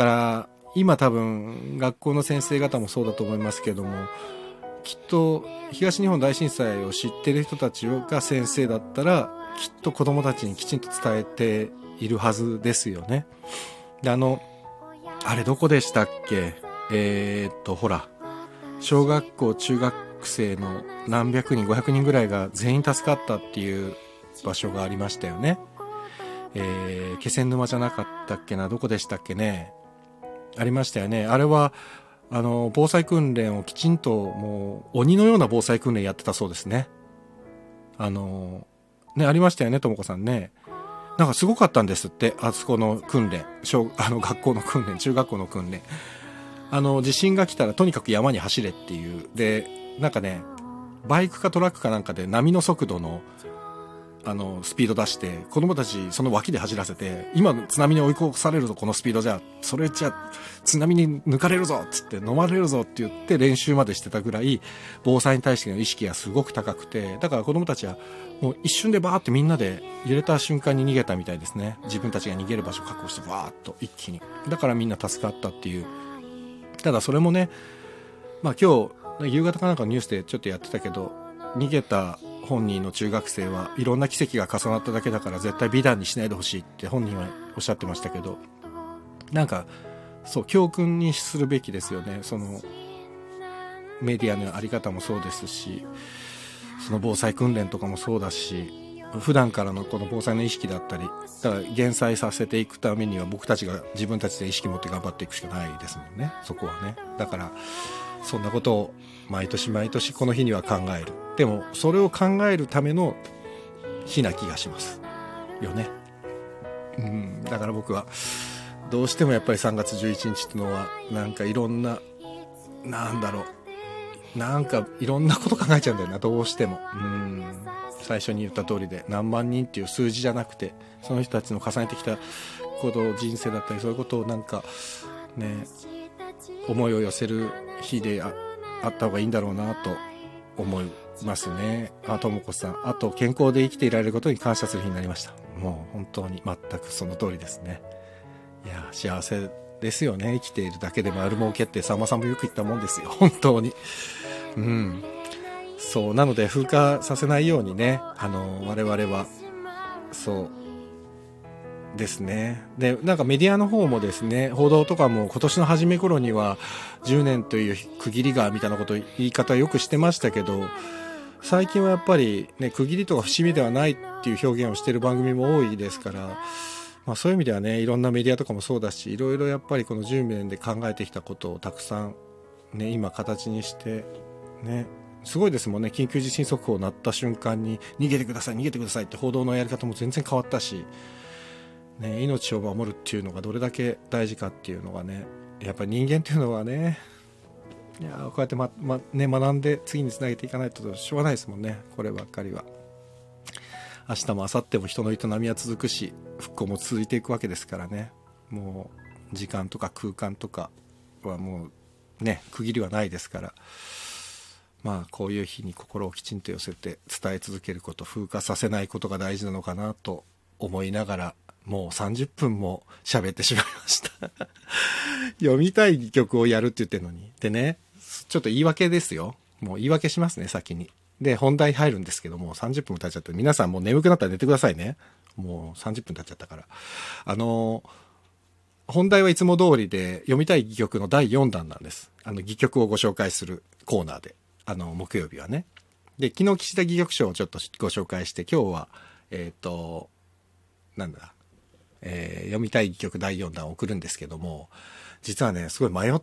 今多分、学校の先生方もそうだと思いますけども、きっと、東日本大震災を知ってる人たちが先生だったら、きっと子供たちにきちんと伝えているはずですよね。で、あの、あれどこでしたっけ？えー、っと、ほら、小学校、中学生の何百人、ごひゃくにんぐらいが全員助かったっていう場所がありましたよね。えー、気仙沼じゃなかったっけな、どこでしたっけね。ありましたよね。あれは、あの、防災訓練をきちんと、もう、鬼のような防災訓練やってたそうですね。あの、ね、ありましたよね、ともこさんね。なんかすごかったんですって、あそこの訓練。小、あの、学校の訓練、中学校の訓練。あの、地震が来たらとにかく山に走れっていう。で、なんかね、バイクかトラックかなんかで波の速度の、あの、スピード出して、子供たちその脇で走らせて、今の津波に追い越されるぞ、このスピードじゃ、それじゃ、津波に抜かれるぞっつって、飲まれるぞって言って練習までしてたぐらい、防災に対しての意識がすごく高くて、だから子供たちは、もう一瞬でバーってみんなで揺れた瞬間に逃げたみたいですね。自分たちが逃げる場所を確保して、バーっと一気に。だからみんな助かったっていう。ただそれもね、まあ今日、夕方かなんかのニュースでちょっとやってたけど、逃げた本人の中学生はいろんな奇跡が重なっただけだから絶対美談にしないでほしいって本人はおっしゃってましたけど、なんかそう教訓にするべきですよね。そのメディアのあり方もそうですし、その防災訓練とかもそうだし、普段からのこの防災の意識だったり、だから減災させていくためには僕たちが自分たちで意識持って頑張っていくしかないですもんね、そこはね。だからそんなことを毎年毎年この日には考える。でもそれを考えるための日な気がしますよね。うん、だから僕はどうしてもやっぱりさんがつじゅういちにちっていうのはなんかいろんな、なんだろう、なんかいろんなこと考えちゃうんだよな、どうしても。うん、最初に言った通りで何万人っていう数字じゃなくて、その人たちの重ねてきたこと人生だったり、そういうことをなんかね、思いを寄せる日で あ, あった方がいいんだろうなと思いますね。あ、ともこさん、あと健康で生きていられることに感謝する日になりました。もう本当に全くその通りですね。いや幸せですよね、生きているだけで丸儲けってさんまさんもよく言ったもんですよ、本当に。うん、そうなので風化させないようにね、あの我々はそうですね。で、なんかメディアの方もですね、報道とかも今年の初め頃にはじゅうねんという区切りがみたいなこと言い方よくしてましたけど、最近はやっぱりね、区切りとか節目ではないっていう表現をしている番組も多いですから、まあそういう意味ではね、いろんなメディアとかもそうだし、いろいろやっぱりこのじゅうねんで考えてきたことをたくさんね、今形にしてね、すごいですもんね。緊急地震速報鳴った瞬間に逃げてください逃げてくださいって報道のやり方も全然変わったし、ね、命を守るっていうのがどれだけ大事かっていうのがね、やっぱり人間っていうのはね、いやこうやって、ままね、学んで次につなげていかないとしょうがないですもんね、こればっかりは。明日も明後日も人の営みは続くし、復興も続いていくわけですからね。もう時間とか空間とかはもうね、区切りはないですから、まあこういう日に心をきちんと寄せて伝え続けること、風化させないことが大事なのかなと思いながら、もうさんじゅっぷんも喋ってしまいました読みたい曲をやるって言ってるのに。でね、ちょっと言い訳ですよ。もう言い訳しますね、先に。で、本題入るんですけども、さんじゅっぷんも経っちゃって、皆さんもう眠くなったら寝てくださいね。もうさんじゅっぷん経っちゃったから。あの、本題はいつも通りで、読みたい戯曲のだいよんだんなんです。あの、戯曲をご紹介するコーナーで。あの、木曜日はね。で、昨日岸田戯曲賞をちょっとご紹介して、今日は、えっと、なんだ、えー、読みたい戯曲だいよんだんを送るんですけども、実はね、すごい迷って、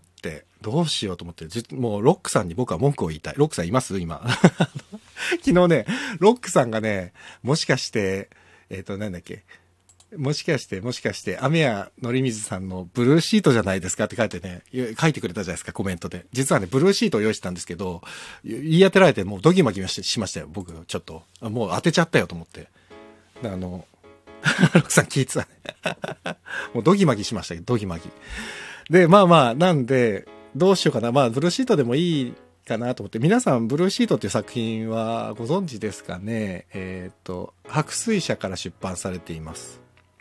どうしようと思って、もうロックさんに僕は文句を言いたい。ロックさんいます今。昨日ね、ロックさんがね、もしかして、えっと、なんだっけ、もしかして、もしかして、雨谷のりみずさんのブルーシートじゃないですかって書いてね、書いてくれたじゃないですか、コメントで。実はね、ブルーシートを用意してたんですけど、言い当てられてもうドギマギしましたよ、僕。ちょっと。もう当てちゃったよと思って。あの、 ロクさん聞いてたね。もうドギマギしましたけど、ドギマギ。で、まあまあ、なんで、どうしようかな。まあ、ブルーシートでもいいかなと思って、皆さん、ブルーシートっていう作品はご存知ですかね。えっと、白水社から出版されています。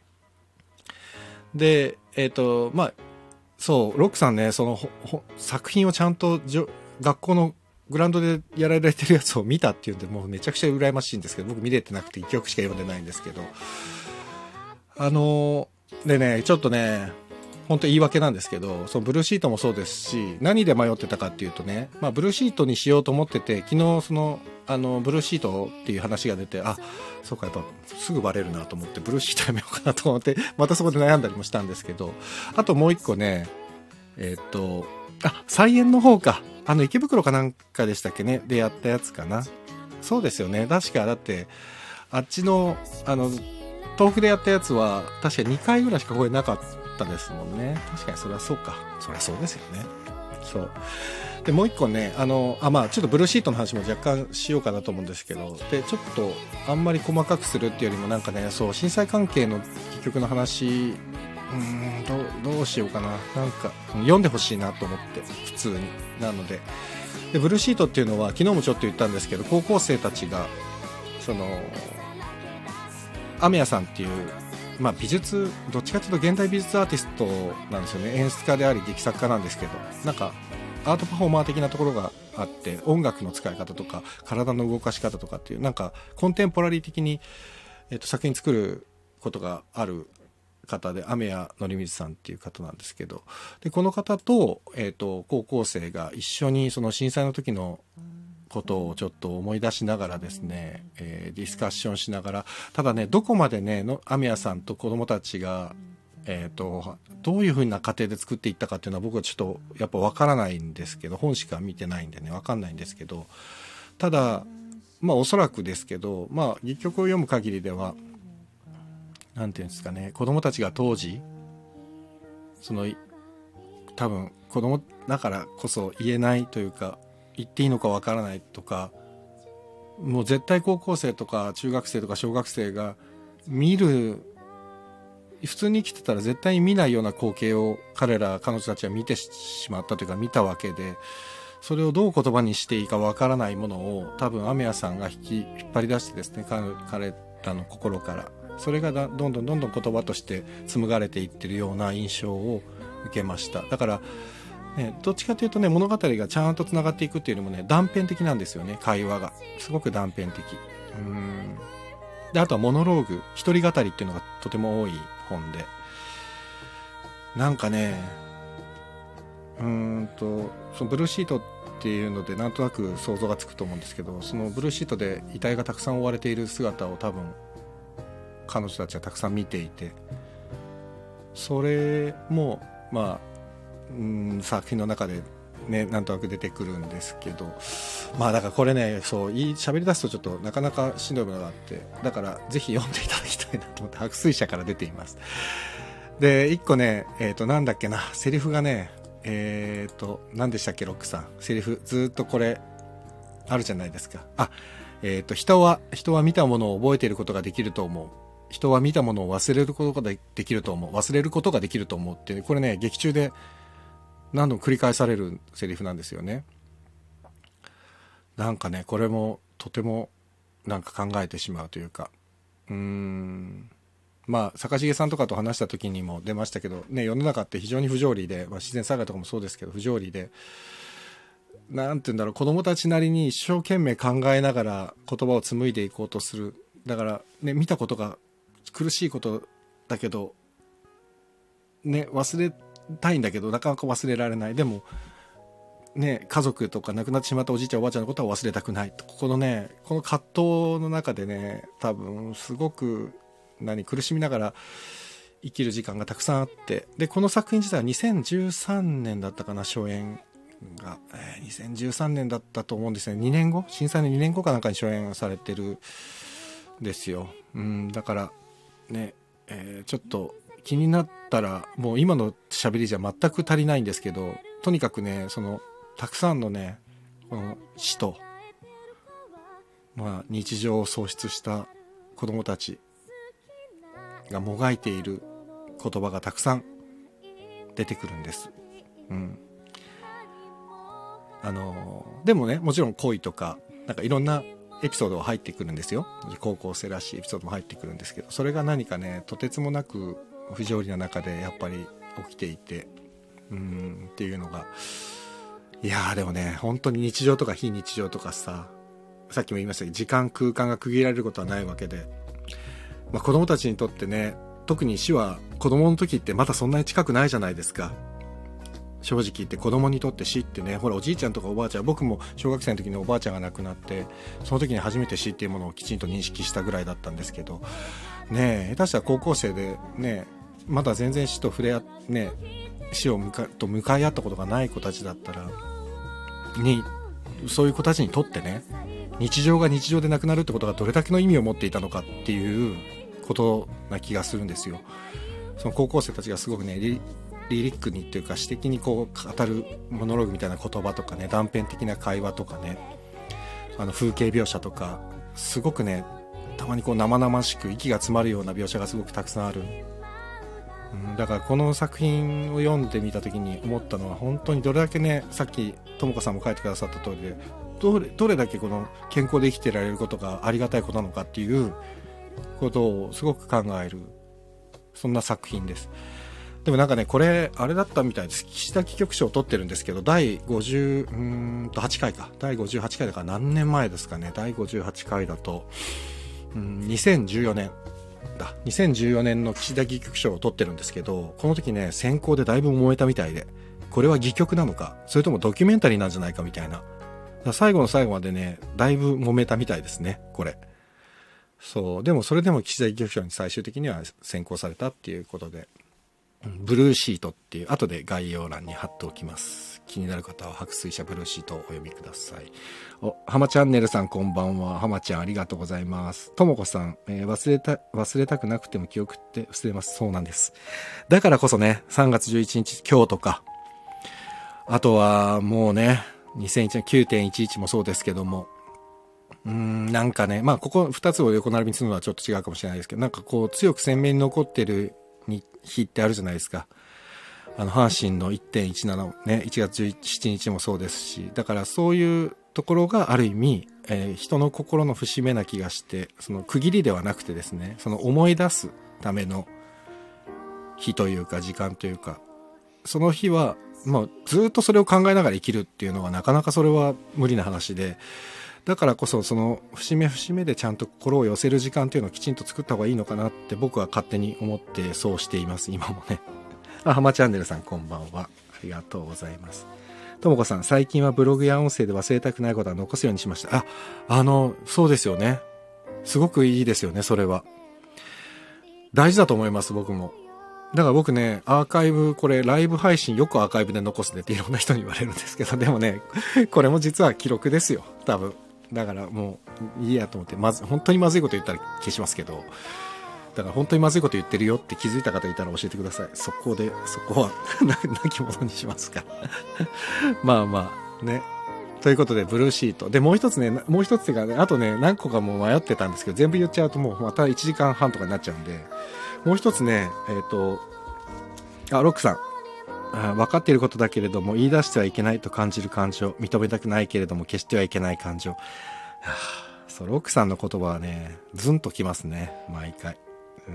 で、えっと、まあ、そう、ロックさんね、その作品をちゃんとじょ学校のグラウンドでやられてるやつを見たっていうんで、もうめちゃくちゃ羨ましいんですけど、僕見れてなくていっきょくしか読んでないんですけど、あのでね、ちょっとね、本当言い訳なんですけど、そのブルーシートもそうですし、何で迷ってたかっていうとね、まあブルーシートにしようと思ってて、昨日そのあのブルーシートっていう話が出て、あ、そうか、やっぱすぐバレるなと思ってブルーシートやめようかなと思って、またそこで悩んだりもしたんですけど、あともう一個ね、えー、っとあ、菜園の方か、あの池袋かなんかでしたっけね、でやったやつかな。そうですよね、確かだってあっちのあの豆腐でやったやつは確かにかいぐらいしか声なかったですもんね。確かにそれはそうか、そりゃそうですよね。そうで、もう一個ね、あのあまあちょっとブルーシートの話も若干しようかなと思うんですけど、でちょっとあんまり細かくするっていうよりもなんかね、そう震災関係の結局の話、うーん ど, どうしようかな、なんか読んでほしいなと思って、普通に。なのででブルーシートっていうのは昨日もちょっと言ったんですけど、高校生たちがそのアメヤさんっていう、まあ、美術、どっちかというと現代美術アーティストなんですよね。演出家であり劇作家なんですけど、なんかアートパフォーマー的なところがあって、音楽の使い方とか体の動かし方とかっていう、なんかコンテンポラリー的に、えー、と作品作ることがある方で、雨谷則光さんっていう方なんですけど、でこの方と、えー、と高校生が一緒にその震災の時のことをちょっと思い出しながらですね、えー、ディスカッションしながら、ただね、どこまでねの雨谷さんと子どもたちが、えー、とどういう風な過程で作っていったかっていうのは僕はちょっとやっぱ分からないんですけど、本しか見てないんでね分かんないんですけど、ただまあおそらくですけど、まあ戯曲を読む限りではなんていうんですかね、子どもたちが当時その多分子供だからこそ言えないというか、言っていいのかわからないとか、もう絶対高校生とか中学生とか小学生が見る、普通に生きてたら絶対に見ないような光景を彼ら彼女たちは見てしまったというか見たわけで、それをどう言葉にしていいかわからないものを多分雨谷さんが引き引っ張り出してですね、彼, 彼らの心からそれがだどんどんどんどん言葉として紡がれていってるような印象を受けました。だからね、どっちかというとね、物語がちゃんとつながっていくっていうよりもね、断片的なんですよね。会話がすごく断片的。うーんで、あとはモノローグ、一人語りっていうのがとても多い本で、なんかね、うーんとそのブルーシートっていうのでなんとなく想像がつくと思うんですけど、そのブルーシートで遺体がたくさん追われている姿を多分彼女たちはたくさん見ていて、それもまあうん作品の中でねなんとなく出てくるんですけど、まあだからこれね、そう喋り出すとちょっとなかなかしんどいものがあって、だからぜひ読んでいただきたいなと思って、白水社から出ています。で一個ね、えっとなんだっけな、セリフがね、えっと何でしたっけ、ロックさん、セリフずっとこれあるじゃないですか。あ、えっと人は人は見たものを覚えていることができると思う、人は見たものを忘れることができると思う、忘れることができると思うっていう、これね劇中で何度も繰り返されるセリフなんですよね。なんかねこれもとてもなんか考えてしまうというか、うーんまあ坂重さんとかと話した時にも出ましたけどね、世の中って非常に不条理で、まあ、自然災害とかもそうですけど不条理で、なんて言うんだろう、子供たちなりに一生懸命考えながら言葉を紡いでいこうとする。だからね、見たことが苦しいことだけどね、忘れたいんだけどなかなか忘れられない。でもね、家族とか亡くなってしまったおじいちゃんおばあちゃんのことは忘れたくないと、このねこの葛藤の中でね、多分すごく何苦しみながら生きる時間がたくさんあって、でこの作品自体はにせんじゅうさんねんだったかな、初演が、えー、にせんじゅうさんねんだったと思うんですね。にねんご、震災のにねんごかなんかに初演されてるんですよ。うんだからね、えー、ちょっと気になったら、もう今の喋りじゃ全く足りないんですけど、とにかくねそのたくさんのねこの死と、まあ、日常を喪失した子どもたちがもがいている言葉がたくさん出てくるんです。うん。あのでもね、もちろん恋とかなんかいろんなエピソードが入ってくるんですよ。高校生らしいエピソードも入ってくるんですけど、それが何かね、とてつもなく不条理な中でやっぱり起きていて、うーんっていうのが、いやーでもね、本当に日常とか非日常とかさ、さっきも言いましたけど、時間空間が区切られることはないわけで、まあ、子供たちにとってね、特に死は子供の時ってまだそんなに近くないじゃないですか。正直言って子供にとって死ってね、ほらおじいちゃんとかおばあちゃん、僕も小学生の時におばあちゃんが亡くなって、その時に初めて死っていうものをきちんと認識したぐらいだったんですけどね、え下手したら高校生でね、まだ全然死と触れ合ね、死を向かと向かい合ったことがない子たちだったらに、そういう子たちにとってね、日常が日常でなくなるってことがどれだけの意味を持っていたのかっていうことな気がするんですよ。その高校生たちがすごくね、リリックにっていうか詩的にこう語るモノローグみたいな言葉とかね、断片的な会話とかね、あの風景描写とか、すごくね、たまにこう生々しく息が詰まるような描写がすごくたくさんある。うん、だからこの作品を読んでみた時に思ったのは、本当にどれだけね、さっきともこさんも書いてくださった通りで、どれ、どれだけこの健康で生きてられることがありがたいことなのかっていうことをすごく考える、そんな作品です。でもなんかね、これあれだったみたいです。岸田戯曲賞を取ってるんですけど、だいごじゅう、うーんとはちかいか、だいごじゅうはちかいだから何年前ですかね。だいごじゅうはちかいだと、うん、にせんじゅうよねんだ。にせんじゅうよねんの岸田戯曲賞を取ってるんですけど、この時ね、選考でだいぶ燃えたみたいで、これは戯曲なのか、それともドキュメンタリーなんじゃないかみたいな。最後の最後までね、だいぶ揉めたみたいですね、これ。そう、でもそれでも岸田戯曲賞に最終的には選考されたっていうことで、ブルーシートっていう、後で概要欄に貼っておきます。気になる方は白水社ブルーシートをお読みください。お、浜チャンネルさんこんばんは。浜ちゃんありがとうございます。ともこさん、えー、忘れた、忘れたくなくても記憶って忘れます。そうなんです。だからこそね、さんがつじゅういちにち今日とか、あとはもうね、にせんいちねん きゅうてんいちいち もそうですけども、うーん、なんかね、まあここふたつを横並びにするのはちょっと違うかもしれないですけど、なんかこう強く鮮明に残ってる日ってあるじゃないですか。あの阪神の いってんいちなな ね、いちがつじゅうしちにちもそうですし、だからそういうところがある意味、えー、人の心の節目な気がして、その区切りではなくてですね、その思い出すための日というか時間というか、その日はまあずっとそれを考えながら生きるっていうのはなかなかそれは無理な話で、だからこそその節目節目でちゃんと心を寄せる時間っていうのをきちんと作った方がいいのかなって僕は勝手に思ってそうしています、今もね。あ、浜チャンネルさんこんばんは。ありがとうございます。ともこさん、最近はブログや音声で忘れたくないことは残すようにしました。あ、あの、そうですよね。すごくいいですよね、それは。大事だと思います、僕も。だから僕ね、アーカイブ、これライブ配信よくアーカイブで残すねっていろんな人に言われるんですけど、でもね、これも実は記録ですよ、多分。だからもういいやと思って、まず本当にまずいこと言ったら消しますけど、だから本当にまずいこと言ってるよって気づいた方いたら教えてください。そこでそこはなきものにしますからまあまあね、ということでブルーシートで、もう一つね、もう一つっていうかね、あとね何個かも迷ってたんですけど、全部言っちゃうともうまたいちじかんはんとかになっちゃうんで、もう一つね、えっ、ー、とあロックさん、あ、分かっていることだけれども言い出してはいけないと感じる感情、認めたくないけれども決してはいけない感情、はあ、そう、ロックさんの言葉はねズンときますね、毎回。うん、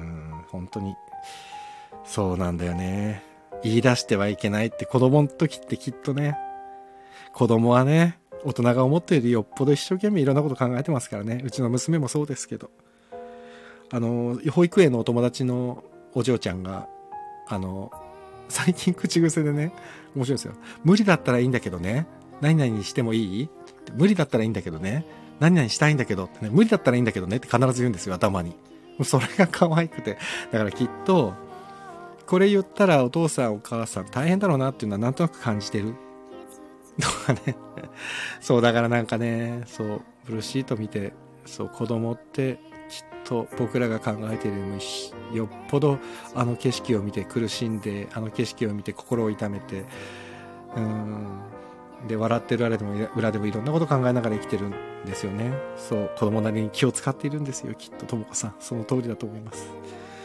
本当にそうなんだよね。言い出してはいけないって、子供の時ってきっとね、子供はね、大人が思っているよっぽど一生懸命いろんなこと考えてますからね。うちの娘もそうですけど、あの保育園のお友達のお嬢ちゃんが、あの最近口癖でね、面白いですよ。無理だったらいいんだけどね、何々してもいい？無理だったらいいんだけどね、何々したいんだけどってね、無理だったらいいんだけどねって必ず言うんですよ、頭に。それが可愛くて、だからきっとこれ言ったらお父さんお母さん大変だろうなっていうのはなんとなく感じてるとかねそうだからなんかね、そうブルーシート見て、そう子供ってきっと僕らが考えているよりよっぽどあの景色を見て苦しんで、あの景色を見て心を痛めて、うーんで笑ってる裏でも裏でもいろんなこと考えながら生きてるんですよね。そう子供なりに気を使っているんですよ、きっと。ともこさんその通りだと思います。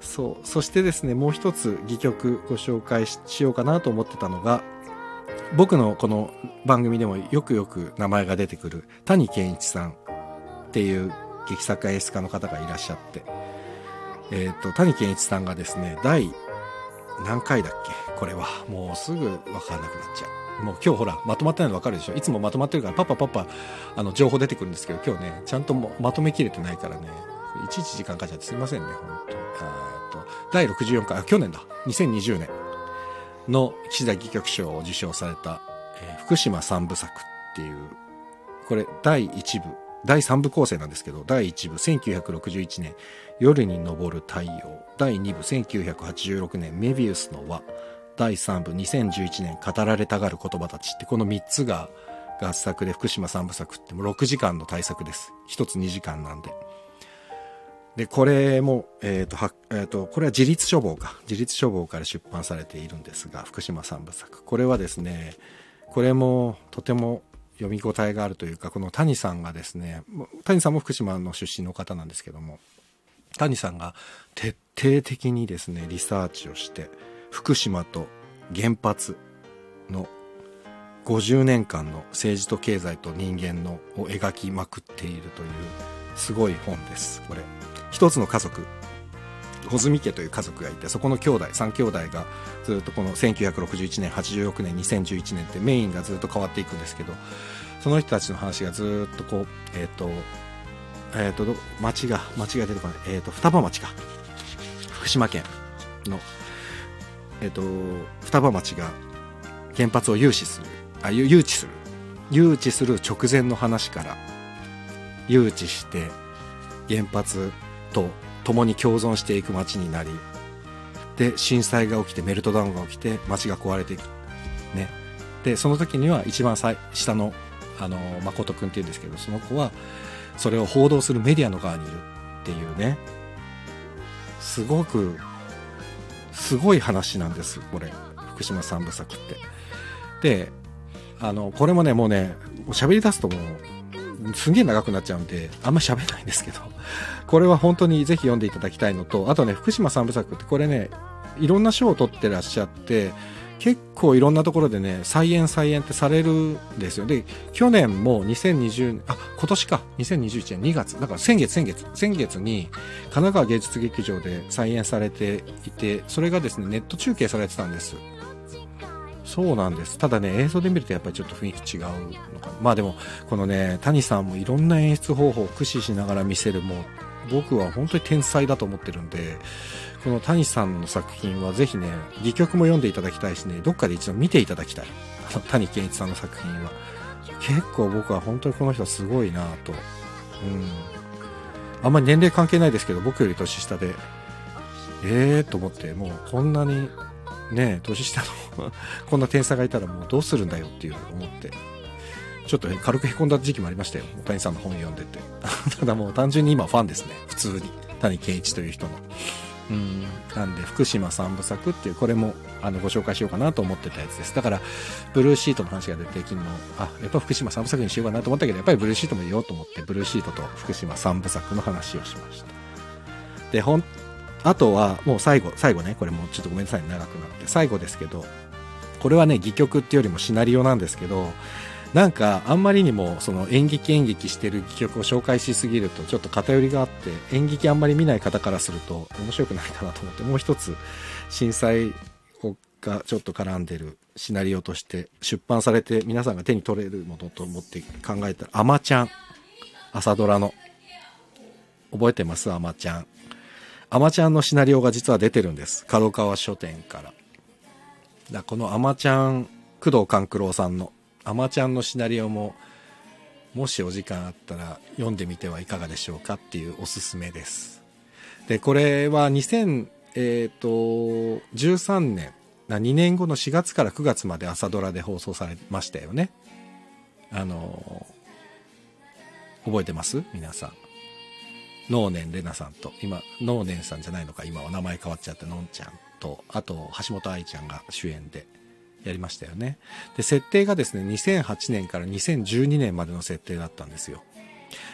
そう。そしてですね、もう一つ戯曲ご紹介 し, しようかなと思ってたのが、僕のこの番組でもよくよく名前が出てくる谷健一さんっていう劇作家演出家の方がいらっしゃって、えっと、谷健一さんがですね、第何回だっけこれは。もうすぐ分かんなくなっちゃう。もう今日ほら、まとまってないの分かるでしょ。いつもまとまってるからパッパパッパ、あの、情報出てくるんですけど、今日ね、ちゃんともまとめきれてないからね、いちいち時間かかっちゃってすいませんね、本当に。あと、だいろくじゅうよんかい、あ、去年だ。にせんにじゅうねんの岸田戯曲賞を受賞された、えー、福島三部作っていう、これ、第一部、だいさんぶ構成なんですけど、だいいち部せんきゅうひゃくろくじゅういちねん夜に昇る太陽、だいに部せんきゅうひゃくはちじゅうろくねんメビウスの輪、だいさん部にせんじゅういちねん語られたがる言葉たちって、このみっつが合作で福島三部作ってもうろくじかんの大作です。ひとつにじかんなんで。で、これも、えっと、は、えっと、これは自立書房か。自立書房から出版されているんですが、福島三部作。これはですね、これもとても読み応えがあるというか、この谷さんがですね、谷さんも福島の出身の方なんですけども、谷さんが徹底的にですね、リサーチをして、福島と原発のごじゅうねんかんの政治と経済と人間のを描きまくっているというすごい本です。これ一つの家族、穂積家という家族がいて、そこの兄弟さん兄弟がずっとこのせんきゅうひゃくろくじゅういちねんはちじゅうろくねんにせんじゅういちねんってメインがずっと変わっていくんですけど、その人たちの話がずっとこうえっ、ー、とえっ、ー、と町が町が出てこない、えっ、ー、と双葉町か、福島県のえっ、と双葉町が原発を誘致するあ誘致する誘致する直前の話から、誘致して原発と共に共存していく町になり、で震災が起きてメルトダウンが起きて町が壊れていくね。でその時には一番下のあの誠くんっていうんですけど、その子はそれを報道するメディアの側にいるっていうね、すごくすごい話なんですこれ、福島三部作って。であのこれもね、もうね喋り出すともうすげえ長くなっちゃうんであんまり喋れないんですけど、これは本当にぜひ読んでいただきたいのと、あとね福島三部作ってこれねいろんな賞を取ってらっしゃって、結構いろんなところでね再演再演ってされるんですよ。で去年もにせんにじゅうねん、あ今年かにせんにじゅういちねんにがつだから先月先月先月に神奈川芸術劇場で再演されていて、それがですねネット中継されてたんです。そうなんです。ただね映像で見るとやっぱりちょっと雰囲気違うのかな。まあでもこのね谷さんもいろんな演出方法を駆使しながら見せる、もう僕は本当に天才だと思ってるんで、この谷さんの作品はぜひね戯曲も読んでいただきたいしね、どっかで一度見ていただきたい。あの谷健一さんの作品は結構僕は本当にこの人すごいなと、うん、あんまり年齢関係ないですけど僕より年下でえーと思って、もうこんなにね年下のこんな天才がいたらもうどうするんだよっていう思って、ちょっと軽くへこんだ時期もありましたよ、谷さんの本読んでてただもう単純に今ファンですね、普通に谷健一という人の。うんなんで福島三部作っていうこれもあのご紹介しようかなと思ってたやつです。だからブルーシートの話が出て昨日あやっぱ福島三部作にしようかなと思ったけど、やっぱりブルーシートも言おうと思ってブルーシートと福島三部作の話をしました。でほんあとはもう最後最後ね、これもうちょっとごめんなさい長くなって最後ですけど、これはね戯曲っていうよりもシナリオなんですけど、なんかあんまりにもその演劇演劇してる戯曲を紹介しすぎるとちょっと偏りがあって、演劇あんまり見ない方からすると面白くないかなと思って、もう一つ震災がちょっと絡んでるシナリオとして出版されて皆さんが手に取れるものと思って考えたら、あまちゃん、朝ドラの覚えてます？あまちゃんあまちゃんのシナリオが実は出てるんです、角川書店から。だこのあまちゃん、工藤官九郎さんのあまちゃんのシナリオももしお時間あったら読んでみてはいかがでしょうかっていうおすすめです。でこれはにせんじゅうさんねんにねんごのしがつからくがつまで朝ドラで放送されましたよね。あの覚えてます皆さん？能年玲奈さんと、今能年さんじゃないのか、今は名前変わっちゃってのんちゃんと、あと橋本愛ちゃんが主演でやりましたよね。で設定がですねにせんはちねんからにせんじゅうにねんまでの設定だったんですよ。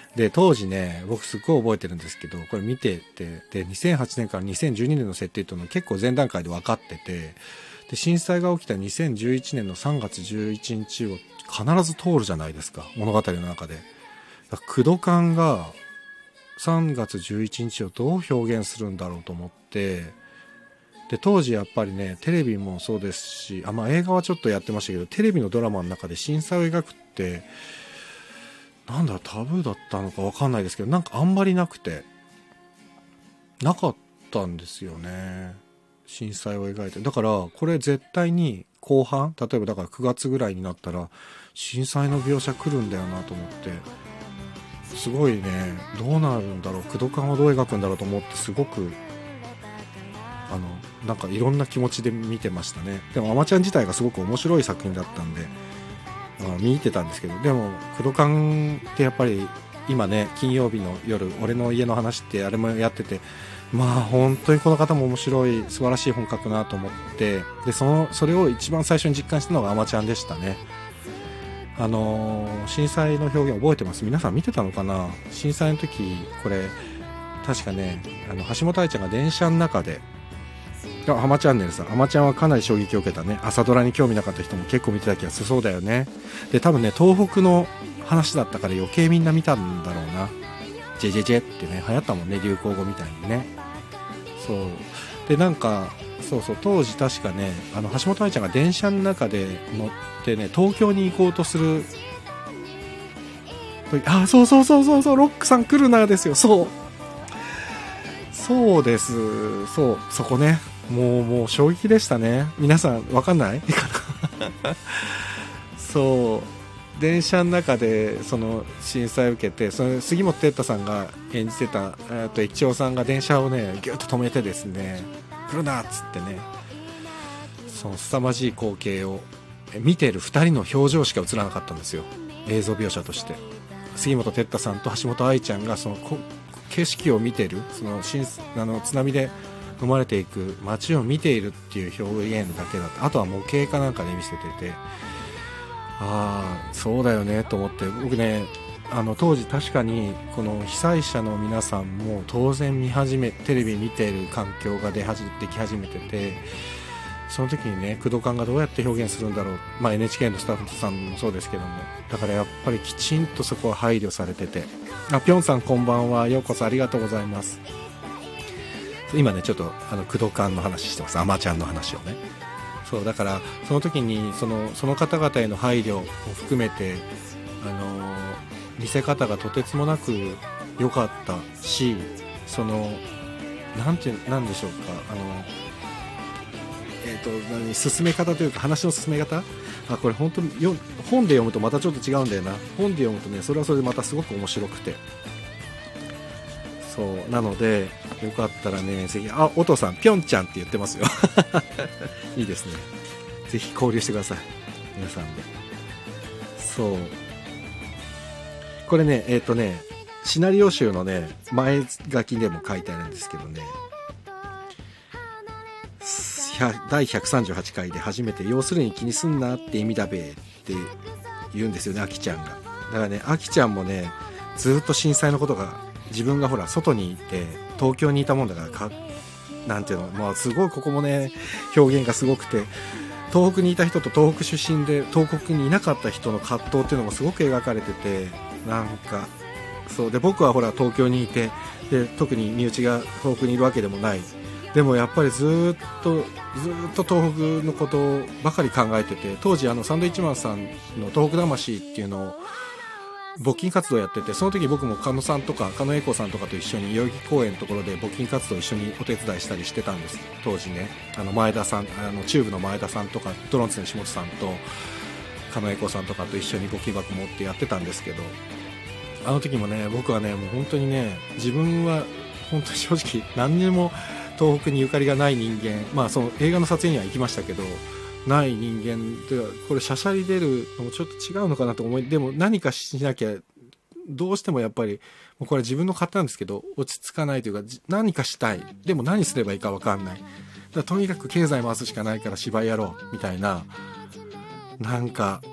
で当時ね僕すっごい覚えてるんですけど、これ見てて、でにせんはちねんからにせんじゅうにねんの設定というの結構前段階で分かってて、で震災が起きたにせんじゅういちねんのさんがつじゅういちにちを必ず通るじゃないですか、物語の中で。だからクドカンがさんがつじゅういちにちをどう表現するんだろうと思って、で当時やっぱりねテレビもそうですし、あ、まあ、映画はちょっとやってましたけど、テレビのドラマの中で震災を描くってなんだタブーだったのか分かんないですけど、なんかあんまりなくてなかったんですよね、震災を描いて。だからこれ絶対に後半、例えばだからくがつぐらいになったら震災の描写来るんだよなと思って、すごいねどうなるんだろう、クドカンをどう描くんだろうと思って、すごくあのなんかいろんな気持ちで見てましたね。でもアマちゃん自体がすごく面白い作品だったんで、まあ、見てたんですけど、でもクドカンってやっぱり今ね金曜日の夜俺の家の話ってあれもやってて、まあ本当にこの方も面白い素晴らしい本書くなと思って、でそのそれを一番最初に実感したのがアマちゃんでしたね。あのー、震災の表現覚えてます？皆さん見てたのかな。震災の時これ確かね、あの橋本愛ちゃんが電車の中で、あ、ハマチャンネルさん、ハマちゃんはかなり衝撃を受けたね。朝ドラに興味なかった人も結構見てた気がする。そうだよね。で多分ね東北の話だったから余計みんな見たんだろうな。ジェジェジェってね流行ったもんね、流行語みたいにね。そうでなんかそうそう、当時確かね、あの橋本愛ちゃんが電車の中で乗ってね東京に行こうとする、あ、そうそうそうそうそう、ロックさん来るなですよ。そうそうです、そうそこね、もうもう衝撃でしたね。皆さんわかんないそう電車の中でその震災を受けて、その杉本哲太さんが演じてたえっと駅長さんが電車をねギュッと止めてですね、来るなっつってね、その凄まじい光景を見ているふたりの表情しか映らなかったんですよ、映像描写として。杉本哲太さんと橋本愛ちゃんがその景色を見ている、そのあの津波で生まれていく街を見ているっていう表現だけだった。あとは模型かなんかで見せてて、ああそうだよねと思って、僕ねあの当時確かにこの被災者の皆さんも当然見始めテレビ見ている環境が出始でき始めてて、その時にねクドカンがどうやって表現するんだろう、まあ、エヌエイチケー のスタッフさんもそうですけども、だからやっぱりきちんとそこは配慮されてて、あ、ぴょんさんこんばんは、ようこそありがとうございます。今ねちょっとあのクドカンの話してます、アマちゃんの話をね。そうだからその時にそのその方々への配慮も含めて、あの見せ方がとてつもなく良かったし、そのなんてなんでしょうか、あのえーと何進め方というか話の進め方、あ、これ本当によ本で読むとまたちょっと違うんだよな。本で読むとねそれはそれでまたすごく面白くて、そうなのでよかったらねぜひ、あ、おとさんぴょんちゃんって言ってますよいいですね、ぜひ交流してください皆さんで。そうこれねえっ、ー、とねシナリオ集のね前書きでも書いてあるんですけどね、だいひゃくさんじゅうはちかいで初めて要するに気にすんなって意味だべって言うんですよね、あきちゃんが。だからねあきちゃんもねずっと震災のことが、自分がほら外にいて東京にいたもんだからか、なんていうの、まあ、すごいここもね表現がすごくて、東北にいた人と東北出身で東北にいなかった人の葛藤っていうのもすごく描かれてて、なんかそうで僕はほら東京にいて、で特に身内が東北にいるわけでもない、でもやっぱりずっとずっと東北のことばかり考えてて、当時あのサンドイッチマンさんの東北魂っていうのを募金活動やってて、その時僕も狩野さんとか狩野英孝さんとかと一緒に代々木公園のところで募金活動を一緒にお手伝いしたりしてたんです。当時ねあの前田さん、あのチューブの前田さんとかドロンツの下本さんと狩野英孝さんとかと一緒に募金箱持ってやってたんですけど、あの時もね僕はねもう本当にね自分は本当に正直何にも東北にゆかりがない人間、まあその映画の撮影には行きましたけどない人間ではこれしゃしゃり出るのもちょっと違うのかなと思い、でも何かしなきゃどうしてもやっぱりもうこれ自分の勝手なんですけど落ち着かないというか、何かしたい、でも何すればいいか分かんない、だからとにかく経済回すしかないから芝居やろうみたいな、なんか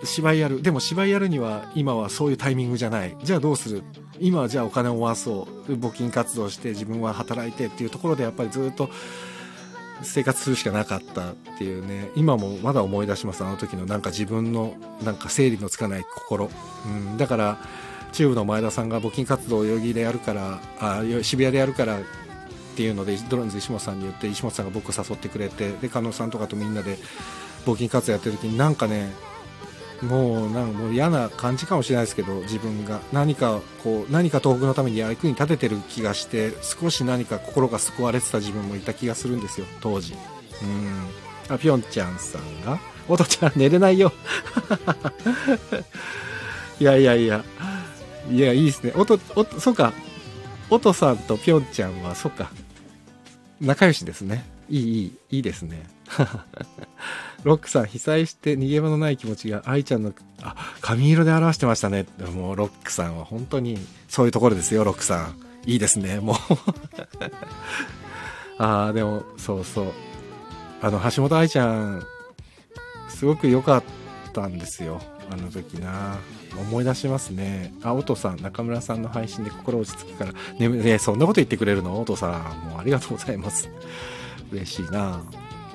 芝居やる。でも芝居やるには今はそういうタイミングじゃない。じゃあどうする？今はじゃあお金を回そう。募金活動して自分は働いてっていうところでやっぱりずっと生活するしかなかったっていうね。今もまだ思い出します。あの時のなんか自分のなんか整理のつかない心。うん、だからチューブの前田さんが募金活動を代々木でやるから、あ、渋谷でやるからっていうのでドローンズ石本さんに言って、石本さんが僕を誘ってくれて、で加納さんとかとみんなで募金活動やってる時になんかね、もうなんかもう嫌な感じかもしれないですけど、自分が何かこう何か東北のために役に立ててる気がして、少し何か心が救われてた自分もいた気がするんですよ当時。うん。あ、ぴょんちゃんさんがおとちゃん寝れないよいやいやいやいや、いいですね。おとおとそうか、おとさんとぴょんちゃんはそうか、仲良しですね。いいいいいいですねロックさん、被災して逃げ場のない気持ちが愛ちゃんの、あ、髪色で表してましたね。もうロックさんは本当にそういうところですよ。ロックさんいいですね。もうああ、でもそうそう、あの橋本愛ちゃんすごく良かったんですよ、あの時な。思い出しますね。あ、おとさん、中村さんの配信で心落ち着きからね、ね、そんなこと言ってくれるの？おとさん、もうありがとうございます。嬉しいな。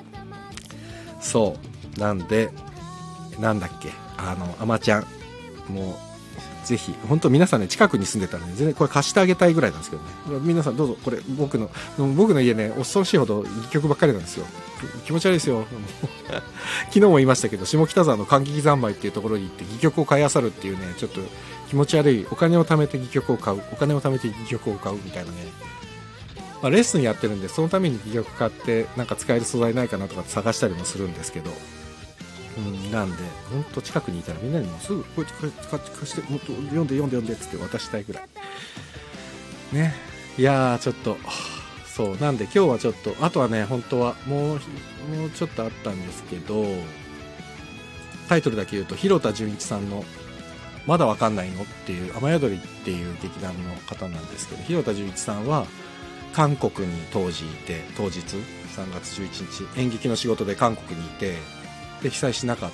そうなんで、なんだっけ、あのあまちゃん、もうぜひ本当皆さんね、近くに住んでたらね、全然これ貸してあげたいぐらいなんですけどね。皆さんどうぞ、これ僕の僕の家ね、恐ろしいほどいい曲ばっかりなんですよ。気持ち悪いですよ昨日も言いましたけど、下北沢の感激三昧っていうところに行って戯曲を買い漁るっていうね、ちょっと気持ち悪い、お金を貯めて戯曲を買う、お金を貯めて戯曲を買うみたいなね。まあ、レッスンやってるんで、そのために戯曲買ってなんか使える素材ないかなとか探したりもするんですけど、うん、なんで本当近くにいたらみんなにもすぐこれ貸して、もっと読んで読んで読んでっつって渡したいぐらいね。いやー、ちょっとそうなんで今日はちょっと、あとはね、本当はもうもうちょっとあったんですけど、タイトルだけ言うと、広田純一さんのまだわかんないのっていう、雨宿りっていう劇団の方なんですけど、広田純一さんは韓国に当時いて、当日さんがつじゅういちにち演劇の仕事で韓国にいて、で被災しなかった、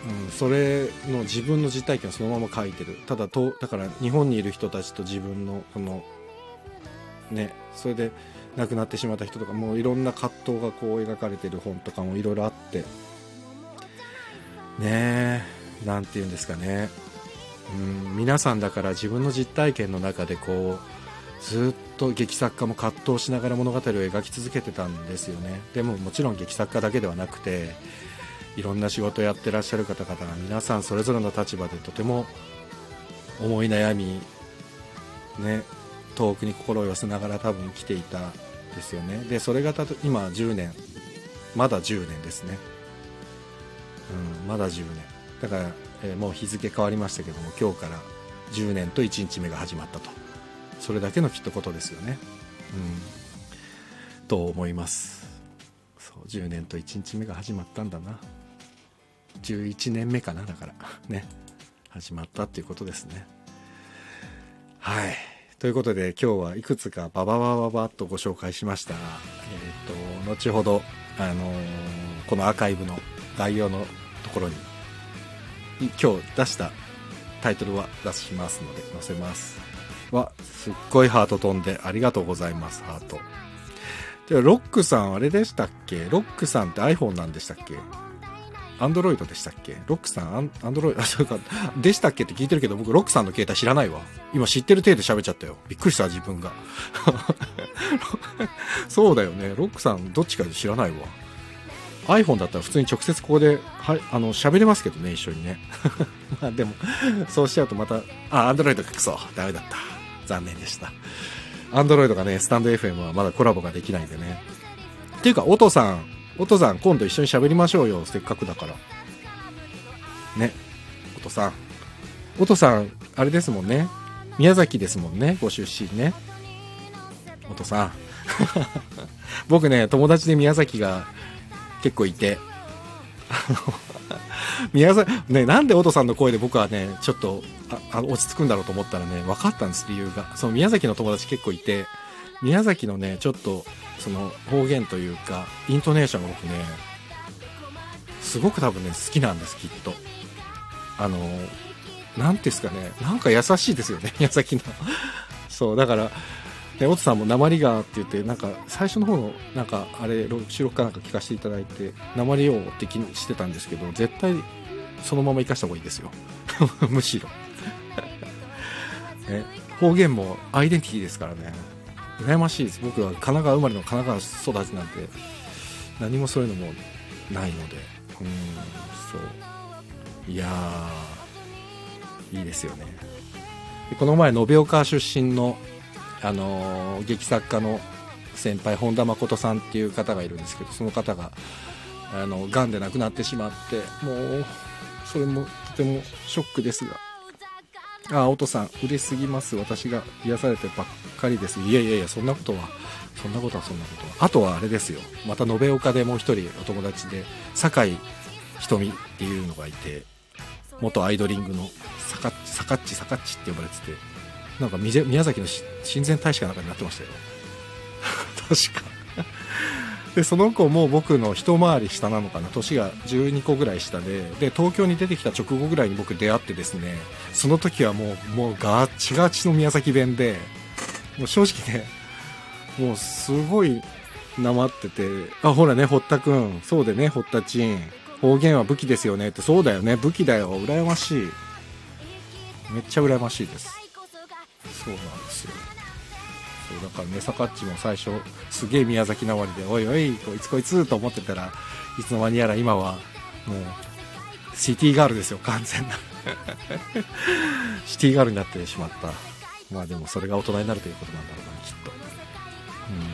うん、それの自分の実体験をそのまま書いてる。ただとだから日本にいる人たちと自分のこのね、それで亡くなってしまった人とか、もういろんな葛藤がこう描かれてる本とかもいろいろあってね、なんていうんですかね、うん、皆さんだから自分の実体験の中でこうずっと劇作家も葛藤しながら物語を描き続けてたんですよね。でももちろん劇作家だけではなくて、いろんな仕事をやってらっしゃる方々が皆さんそれぞれの立場でとても思い悩みね、遠くに心を寄せながら多分生きていたですよね。でそれがたと今じゅうねん、まだじゅうねんですね、うん、まだじゅうねんだから、えー、もう日付変わりましたけども、今日からじゅうねんといちにちめが始まったと、それだけのきっとことですよね、うん、と思います。そうじゅうねんといちにちめが始まったんだな。じゅういちねんめかな、だからね、始まったっていうことですね。はい、ということで今日はいくつかバババババッとご紹介しましたが、えー、と後ほど、あのー、このアーカイブの概要のところに今日出したタイトルは出しますので載せます。わ、すっごいハート飛んでありがとうございます。ハートでは、ロックさんあれでしたっけ？ロックさんって iPhone なんでしたっけ？アンドロイドでしたっけ？ロックさんアン、アンドロイド、あ、そうか、でしたっけって聞いてるけど、僕ロックさんの携帯知らないわ。今知ってる体で喋っちゃったよ。びっくりした、自分が。そうだよね。ロックさんどっちか知らないわ。iPhone だったら普通に直接ここで、はい、あの、喋れますけどね、一緒にね。まあでも、そうしちゃうとまた、あ、アンドロイドがクソ、ダメだった。残念でした。アンドロイドがね、スタンド エフエム はまだコラボができないんでね。っていうか、おとさん、おとさん今度一緒に喋りましょうよ、せっかくだからね。おとさんおとさんあれですもんね、宮崎ですもんね、ご出身ね、おとさん僕ね、友達で宮崎が結構いて宮崎ね、なんでおとさんの声で僕はねちょっとああ落ち着くんだろうと思ったらね、分かったんです、理由が。その宮崎の友達結構いて、宮崎のねちょっとその方言というかイントネーションが僕ねすごく多分ね好きなんです、きっと。あのなんていうんですかね、なんか優しいですよね、宮崎のそうだからで、オトさんも鉛がって言って、なんか最初の方のなんかあれ収録かなんか聞かせていただいて、鉛をって気にしてたんですけど、絶対そのまま生かした方がいいですよむしろね、方言もアイデンティティですからね。羨ましいです。僕は神奈川生まれの神奈川育ちなんで、何もそういうのもないので、うん、そういやーいいですよね。でこの前延岡出身のあのー、劇作家の先輩本田誠さんっていう方がいるんですけど、その方があの癌で亡くなってしまって、もうそれもとてもショックですが、あ、おとさん嬉しすぎます、私が癒されてばっかりです。いやいやいや、そんなことはそんなことはそんなことは。あとはあれですよ、また延岡でもう一人お友達で酒井瞳っていうのがいて、元アイドリングのサカッチサカッチサカッチって呼ばれてて、なんか宮崎の親善大使かなんかになってましたよ確かでその子も僕の一回り下なのかな、年がじゅうにこぐらい下で、で東京に出てきた直後ぐらいに僕出会ってですね、その時はもうもうガチガチの宮崎弁で、もう正直ね、もうすごいなまってて、あ、ほらね、堀田くん、そうでね、堀田ちん、方言は武器ですよねって。そうだよね、武器だよ、羨ましい、めっちゃ羨ましいです。そうなんですよ。そうだからね、サカッチも最初すげえ宮崎なわりで、おいおいこいつこいつと思ってたら、いつの間にやら今はもうシティガールですよ、完全なシティガールになってしまった。まあでもそれが大人になるということなんだろうな、きっと。うん、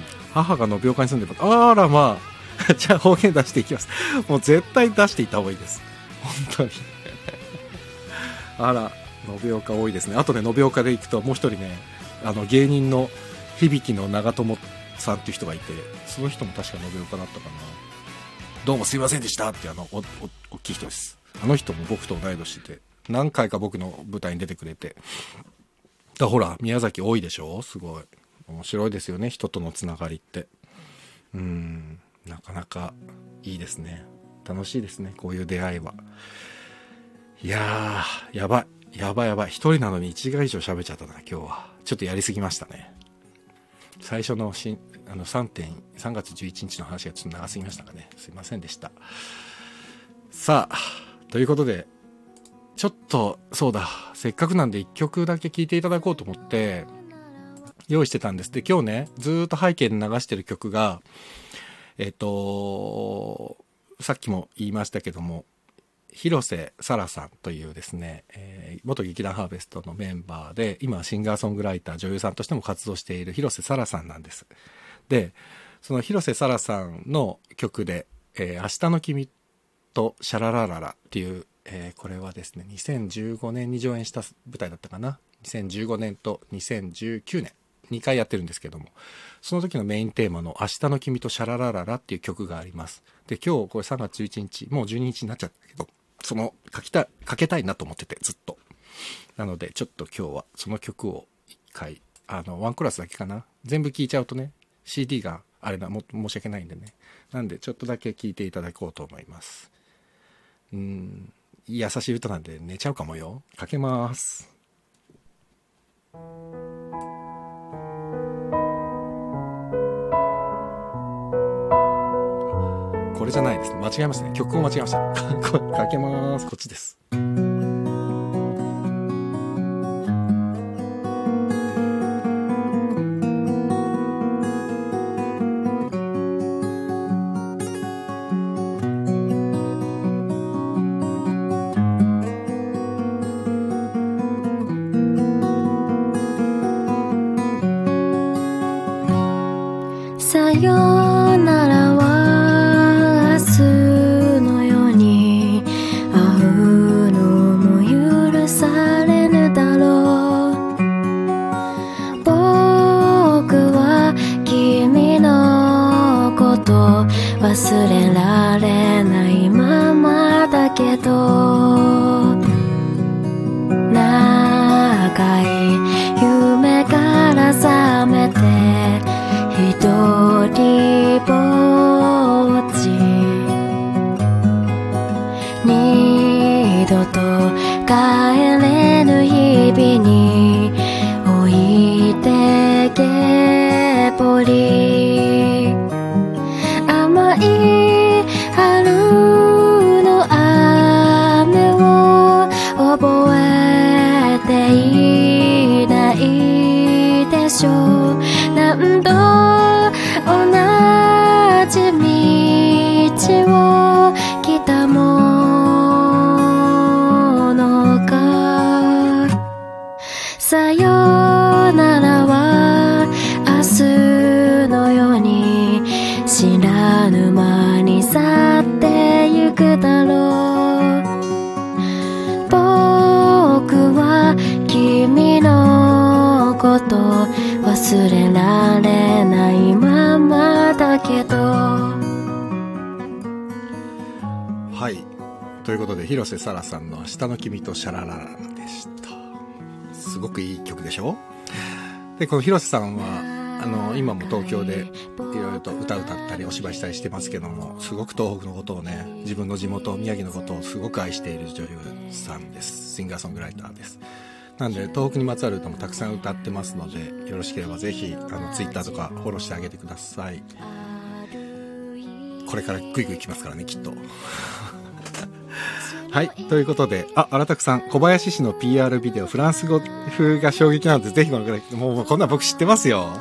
母が延岡に住んでる。あらまあじゃあ方言出していきます。もう絶対出していった方がいいです、本当にあら、延岡多いですね。あとね、延岡で行くともう一人ね、あの芸人の響の長友さんっていう人がいて、その人も確か延岡だったかな。どうもすいませんでしたって、あのおお大きい人です。あの人も僕と同い年で何回か僕の舞台に出てくれて、だほら宮崎多いでしょ。すごい面白いですよね、人とのつながりって。うーん、なかなかいいですね。楽しいですね、こういう出会いは。いやー、やばいやばいやばい、一人なのにいちじかん以上喋っちゃったな、今日は。ちょっとやりすぎましたね。最初のしあの さん. さんがつじゅういちにちの話がちょっと長すぎましたかね。すいませんでした。さあ、ということで、ちょっとそうだ、せっかくなんでいっきょくだけ聴いていただこうと思って用意してたんです。で、今日ね、ずーっと背景で流してる曲が、えっとさっきも言いましたけども、広瀬沙羅さんというですね、えー、元劇団ハーベストのメンバーで、今シンガーソングライター、女優さんとしても活動している広瀬沙羅さんなんです。で、その広瀬沙羅さんの曲で、えー、明日の君とシャララララっていう、えー、これはですね、にせんじゅうごねんに上演した舞台だったかな。にせんじゅうごねんとにせんじゅうきゅうねん、にかいやってるんですけども、その時のメインテーマの明日の君とシャララララっていう曲があります。で、今日これさんがつじゅういちにち、もうじゅうににちになっちゃったけど、その書きたかけたいなと思ってて、ずっと。なのでちょっと今日はその曲を一回、あのワンコーラスだけかな、全部聴いちゃうとね シーディー があれだ、も申し訳ないんでね、なんでちょっとだけ聴いていただこうと思います。うーん、優しい歌なんで寝ちゃうかもよ。かけます。これじゃないですね、間違えましたね、曲を間違えましたかけます。こっちです。 さよならは明日のように会うのも許されぬだろう。僕は君のこと忘れられないままだけど、長い夢から覚めて一人ぼっち、 間に去ってゆくだろう。僕は君のこと忘れられないままだけど。 はい、ということで広瀬沙羅さんの明日の君とシャラララでした。すごくいい曲でしょ。でこの広瀬さんはあの今も東京でいろいろと歌歌ったりお芝居したりしてますけども、すごく東北のことをね、自分の地元宮城のことをすごく愛している女優さんです。シンガーソングライターです。なんで東北にまつわる歌もたくさん歌ってますので、よろしければぜひあのツイッターとかフォローしてあげてください。これからグイグイ来ますからね、きっと。はい、ということで、あ、荒拓さん、小林市の ピーアール ビデオ、フランス語風が衝撃なので、ぜひこのくらい、もう、もうこんな僕知ってますよ。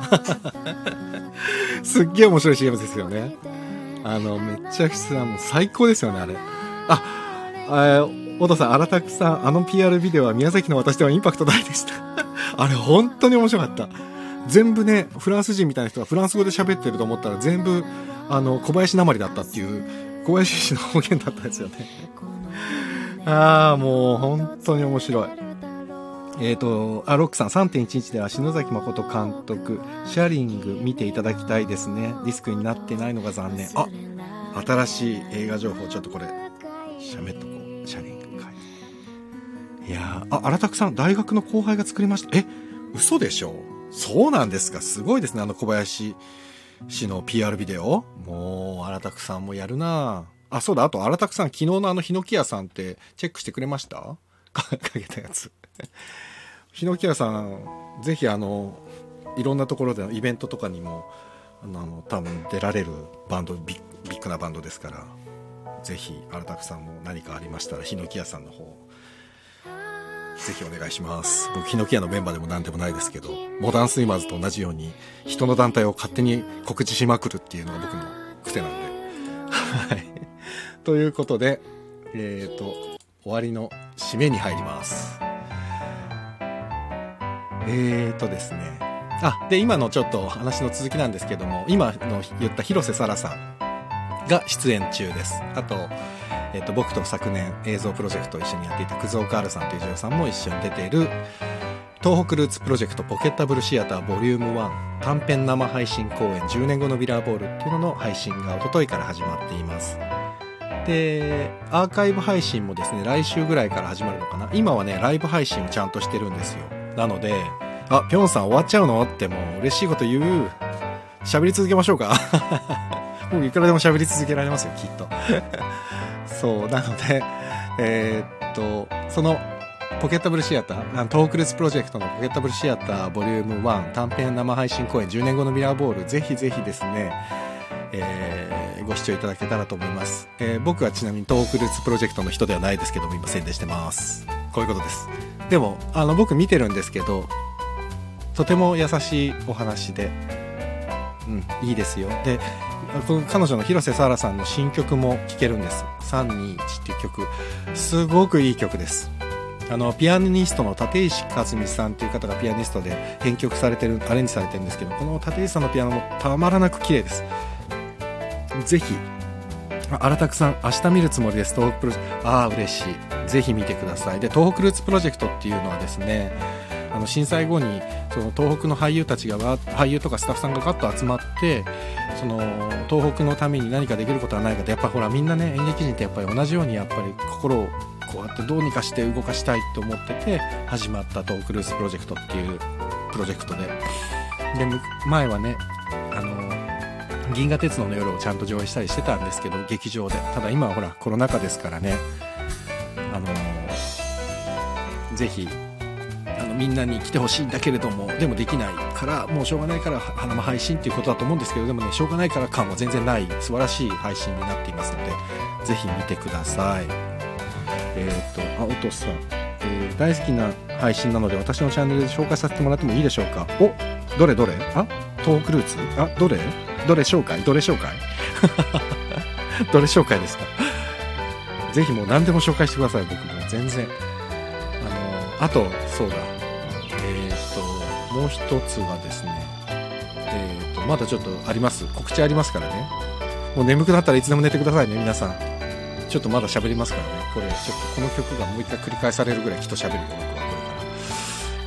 すっげえ面白い シーエム ですよね。あの、めっちゃくちゃ、もう最高ですよね、あれ。あ、あ小田さん、荒拓さん、あの ピーアール ビデオは宮崎の私ではインパクト大でした。あれ、本当に面白かった。全部ね、フランス人みたいな人がフランス語で喋ってると思ったら、全部、あの、小林なまりだったっていう、小林市の方言だったんですよね。ああ、もう本当に面白い。えっと、あ、ロックさん さんてんいちいち では篠崎誠監督、シャリング見ていただきたいですね。ディスクになってないのが残念。あ、新しい映画情報、ちょっとこれ、喋っとこう。シャリング書いて。いやー、あ、荒拓さん、大学の後輩が作りました。え、嘘でしょ？そうなんですか。すごいですね、あの小林氏の ピーアール ビデオ。もう、荒拓さんもやるなぁ。あ、そうだ。あと、荒拓さん、昨日のあの、ヒノキ屋さんってチェックしてくれました？かけたやつ。ヒノキ屋さん、ぜひあの、いろんなところでのイベントとかにも、あの、多分出られるバンド、ビッ、ビッグなバンドですから、ぜひ、荒拓さんも何かありましたら、ヒノキ屋さんの方、ぜひお願いします。僕、ヒノキ屋のメンバーでも何でもないですけど、モダンスイマーズと同じように、人の団体を勝手に告知しまくるっていうのが僕の癖なんで。はい。ということで、えっと、終わりの締めに入ります。えーとですね。あ、で、今のちょっと話の続きなんですけども、今の言った広瀬沙羅さんが出演中です。あと、えっと、僕と昨年映像プロジェクトを一緒にやっていたクズオカールさんという女優さんも一緒に出ている、東北ルーツプロジェクトポケッタブルシアターボリュームワン短編生配信公演じゅうねんごのビラーボールっていうのの配信が一昨日から始まっています。で、アーカイブ配信もですね、来週ぐらいから始まるのかな。今はね、ライブ配信をちゃんとしてるんですよ。なので、あ、ぴょんさん終わっちゃうのってもう嬉しいこと言う。喋り続けましょうか。僕いくらでも喋り続けられますよ、きっと。そう、なので、えー、っと、その、ポケットブルシアター、東北ルーツプロジェクトのポケットブルシアターボリュームワン短編生配信公演じゅうねんごのミラーボール、ぜひぜひですね、えー、ご視聴いただけたらと思います。えー、僕はちなみに東北ルーツプロジェクトの人ではないですけども、今宣伝してます。こういうことです。でも、あの、僕見てるんですけど、とても優しいお話で、うん、いいですよ。で、この彼女の広瀬沙羅さんの新曲も聴けるんです。さんにいちっていう曲、すごくいい曲です。あのピアニストの立石和美さんという方がピアニストで編曲されてる、アレンジされてるんですけど、この立石さんのピアノもたまらなく綺麗です。ぜひ、荒拓さん明日見るつもりです。東北プロジェクト、ああ嬉しい。ぜひ見てください。で、東北ルーツプロジェクトっていうのはですね、あの震災後にその東北の俳優たちが俳優とかスタッフさんがガッと集まって、その東北のために何かできることはないかって、やっぱほらみんなね、演劇人ってやっぱり同じようにやっぱり心をこうやってどうにかして動かしたいと思ってて始まった東北ルーツプロジェクトっていうプロジェクトで、で前はね、あの銀河鉄道の夜をちゃんと上映したりしてたんですけど、劇場で。ただ今はほらコロナ禍ですからね、あのぜひあのみんなに来てほしいんだけれども、でもできないからもうしょうがないから生配信っていうことだと思うんですけど、でもね、しょうがないから感は全然ない素晴らしい配信になっていますので、ぜひ見てください。えーと、あ、おとさん、えー、大好きな配信なので私のチャンネルで紹介させてもらってもいいでしょうか。お、どれどれ、あ、東北ルーツ、あ、どれどれ紹介どれ紹介どれ紹介ですか。ぜひもう何でも紹介してください。僕も全然、あのあとそうだ、えーともう一つはですね、えーとまだちょっとあります、告知ありますからね。 もう眠くなったらいつでも寝てくださいね皆さん。ちょっとまだ喋りますからね。これちょっとこの曲がもう一回繰り返されるぐらいきっと喋るよ僕はこれから。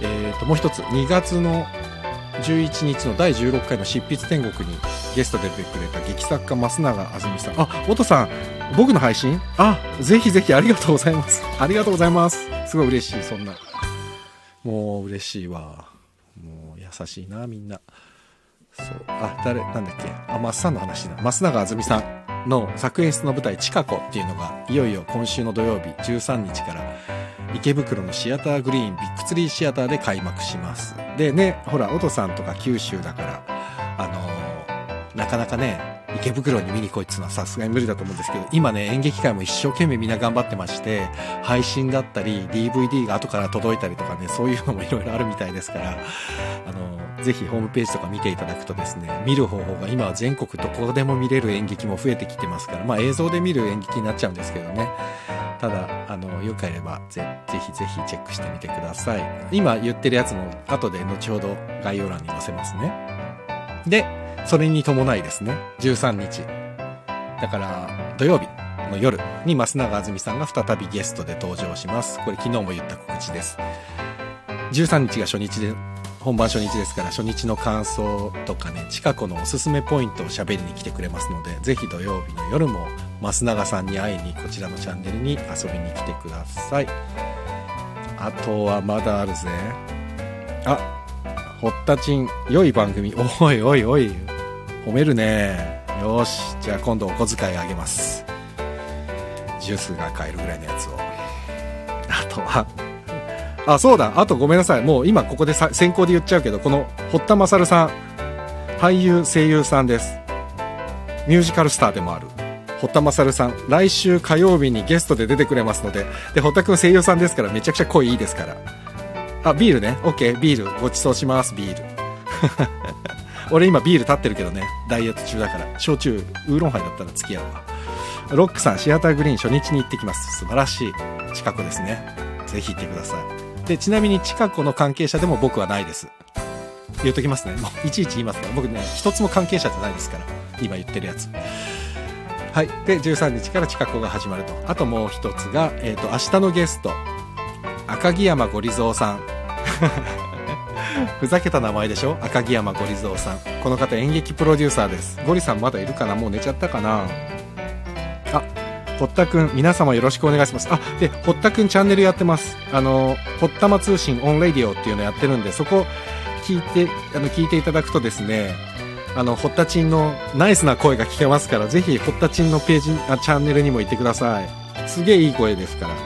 えーともう一つにがつのじゅういちにちのだいじゅうろっかいの執筆天国にゲストで出てくれた劇作家増永あずみさん。あ、音さん僕の配信、あ、ぜひぜひありがとうございます。ありがとうございます。すごい嬉しい。そんなもう嬉しいわ。もう優しいなみんな。そう、あ、誰なんだっけ、あ、マッサンの話だ。増永あずみさんの作演出の舞台ちかこっていうのがいよいよ今週の土曜日じゅうさんにちから池袋のシアターグリーンビッグツリーシアターで開幕します。でね、ほら音さんとか九州だからあのー、なかなかね池袋に見に来いっていうのはさすがに無理だと思うんですけど、今ね演劇界も一生懸命みんな頑張ってまして、配信だったり ディーブイディー が後から届いたりとかね、そういうのもいろいろあるみたいですから、あのぜひホームページとか見ていただくとですね、見る方法が今は全国どこでも見れる演劇も増えてきてますから、まあ映像で見る演劇になっちゃうんですけどね、ただあのよければ ぜ, ぜひぜひチェックしてみてください。今言ってるやつも後で後ほど概要欄に載せますね。でそれに伴いですね、じゅうさんにちだから土曜日の夜に増永あずみさんが再びゲストで登場します。これ昨日も言った告知です。じゅうさんにちが初日で本番初日ですから、初日の感想とかね、近くのおすすめポイントを喋りに来てくれますので、ぜひ土曜日の夜も増永さんに会いにこちらのチャンネルに遊びに来てください。あとはまだあるぜ。あ、ほったちん良い番組、おいおいおい褒めるね。よし、じゃあ今度お小遣いあげます。ジュースが買えるぐらいのやつを。あとはあ、そうだ、あとごめんなさい、もう今ここでさ先行で言っちゃうけど、この堀田勝さん俳優声優さんです。ミュージカルスターでもある堀田勝さん、来週火曜日にゲストで出てくれますので、で堀田くん声優さんですからめちゃくちゃ声いいですから。あ、ビールね、 OK、 ビールごちそうします。ビール俺今ビール立ってるけどね、ダイエット中だから。焼酎ウーロンハイだったら付き合うわ。ロックさんシアターグリーン初日に行ってきます。素晴らしい。近くですね、ぜひ行ってください。でちなみに近くの関係者でも僕はないです。言っときますね、もういちいち言いますから、僕ね一つも関係者じゃないですから今言ってるやつ。はい。でじゅうさんにちから近くが始まると。あともう一つが、えーと明日のゲスト赤城山ゴリゾウさんふざけた名前でしょ、赤城山ゴリゾウさん。この方演劇プロデューサーです。ゴリさんまだいるかな、もう寝ちゃったかな。あ、堀田くん皆様よろしくお願いします。あ、で堀田くんチャンネルやってます。あの堀田間通信オンレディオっていうのやってるんで、そこ聞いてあの聞いていただくとですね、あの堀田ちんのナイスな声が聞けますから、ぜひ堀田ちんのページあチャンネルにも行ってください。すげえいい声ですから。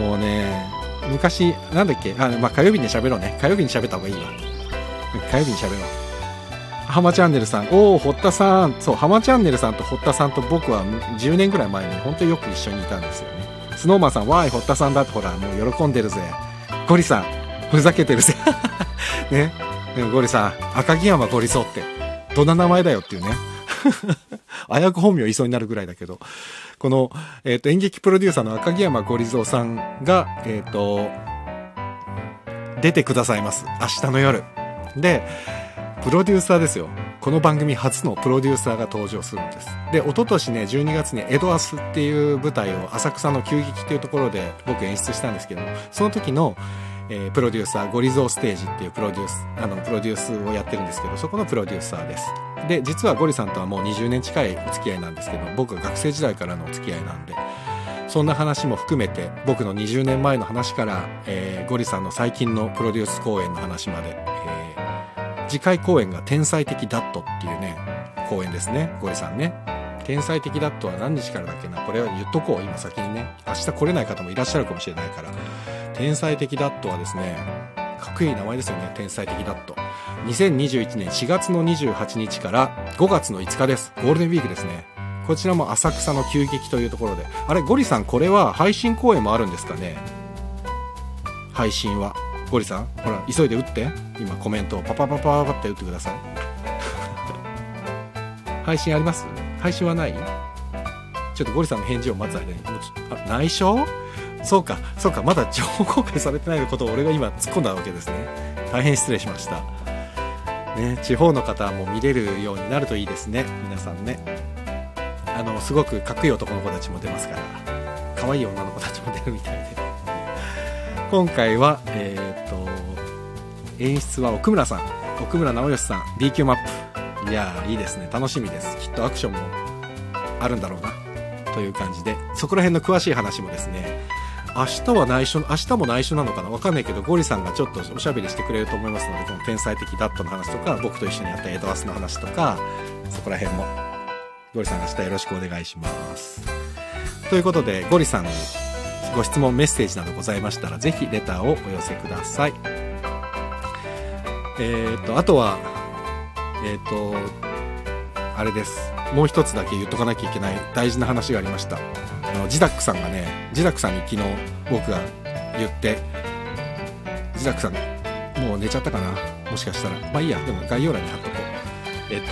もうね、昔なんだっけ、あ、まあ、火曜日に喋ろうね。火曜日に喋った方がいいわ。火曜日に喋ろう。浜チャンネルさん、おお堀田さん、そう浜チャンネルさんと堀田さんと僕はじゅうねんぐらい前に本当によく一緒にいたんですよね。スノーマンさん、わーい堀田さんだって、ほらもう喜んでるぜ。ゴリさんふざけてるぜね、でもゴリさん赤城山ゴリゾウってどんな名前だよっていうねあやく本名言いそうになるぐらいだけど、この、えー、と演劇プロデューサーの赤城山ゴリゾウさんが、えー、と出てくださいます。明日の夜で、プロデューサーですよ。この番組初のプロデューサーが登場するんです。で、一昨年ねじゅうにがつにエドアスっていう舞台を浅草の旧劇っていうところで僕演出したんですけども、その時の、えー、プロデューサーゴリゾウステージっていうプロデュースあのプロデュースをやってるんですけど、そこのプロデューサーです。で、実はゴリさんとはもうにじゅうねん近いお付き合いなんですけど、僕は学生時代からのお付き合いなんで、そんな話も含めて僕のにじゅうねんまえの話から、えー、ゴリさんの最近のプロデュース公演の話まで、えー、次回公演が天才的ダットっていうね公演ですね。ゴリさんね、天才的ダットは何日からだっけな、これは言っとこう今先にね、明日来れない方もいらっしゃるかもしれないから。天才的ダットはですね、かっこいい名前ですよね。天才的ダットにせんにじゅういちねんしがつのにじゅうはちにちからごがつのいつかです。ゴールデンウィークですね。こちらも浅草の旧劇というところで、あれゴリさんこれは配信公演もあるんですかね。配信はゴリさんほら急いで打って、今コメントをパパパパパって打ってください配信あります？配信はない？ちょっとゴリさんの返事を待つ間に、もうちょっと、あ、内緒？そうかそうか、まだ情報公開されてないことを俺が今突っ込んだわけですね。大変失礼しましたね。地方の方も見れるようになるといいですね、皆さんね。 あのすごくかっこいい男の子たちも出ますから、可愛い女の子たちも出るみたいで、今回はえっと演出は奥村さん、奥村直義さん、 ビーキュー マップ。いやーいいですね、楽しみです。きっとアクションもあるんだろうなという感じで、そこら辺の詳しい話もですね、明日は内緒、明日も内緒なのかな、わかんないけど、ゴリさんがちょっとおしゃべりしてくれると思いますので、この天才的ダットの話とか、僕と一緒にやったエドアスの話とか、そこら辺もゴリさんが明日よろしくお願いします。ということで、ゴリさんにご質問メッセージなどございましたら、ぜひレターをお寄せください。えーとあとはえーとあれです、もう一つだけ言っとかなきゃいけない大事な話がありました。あのジダックさんがね、ジダックさんに昨日僕が言って、ジダックさんもう寝ちゃったかな、もしかしたら、まあいいや、でも概要欄に貼っとこう。えっと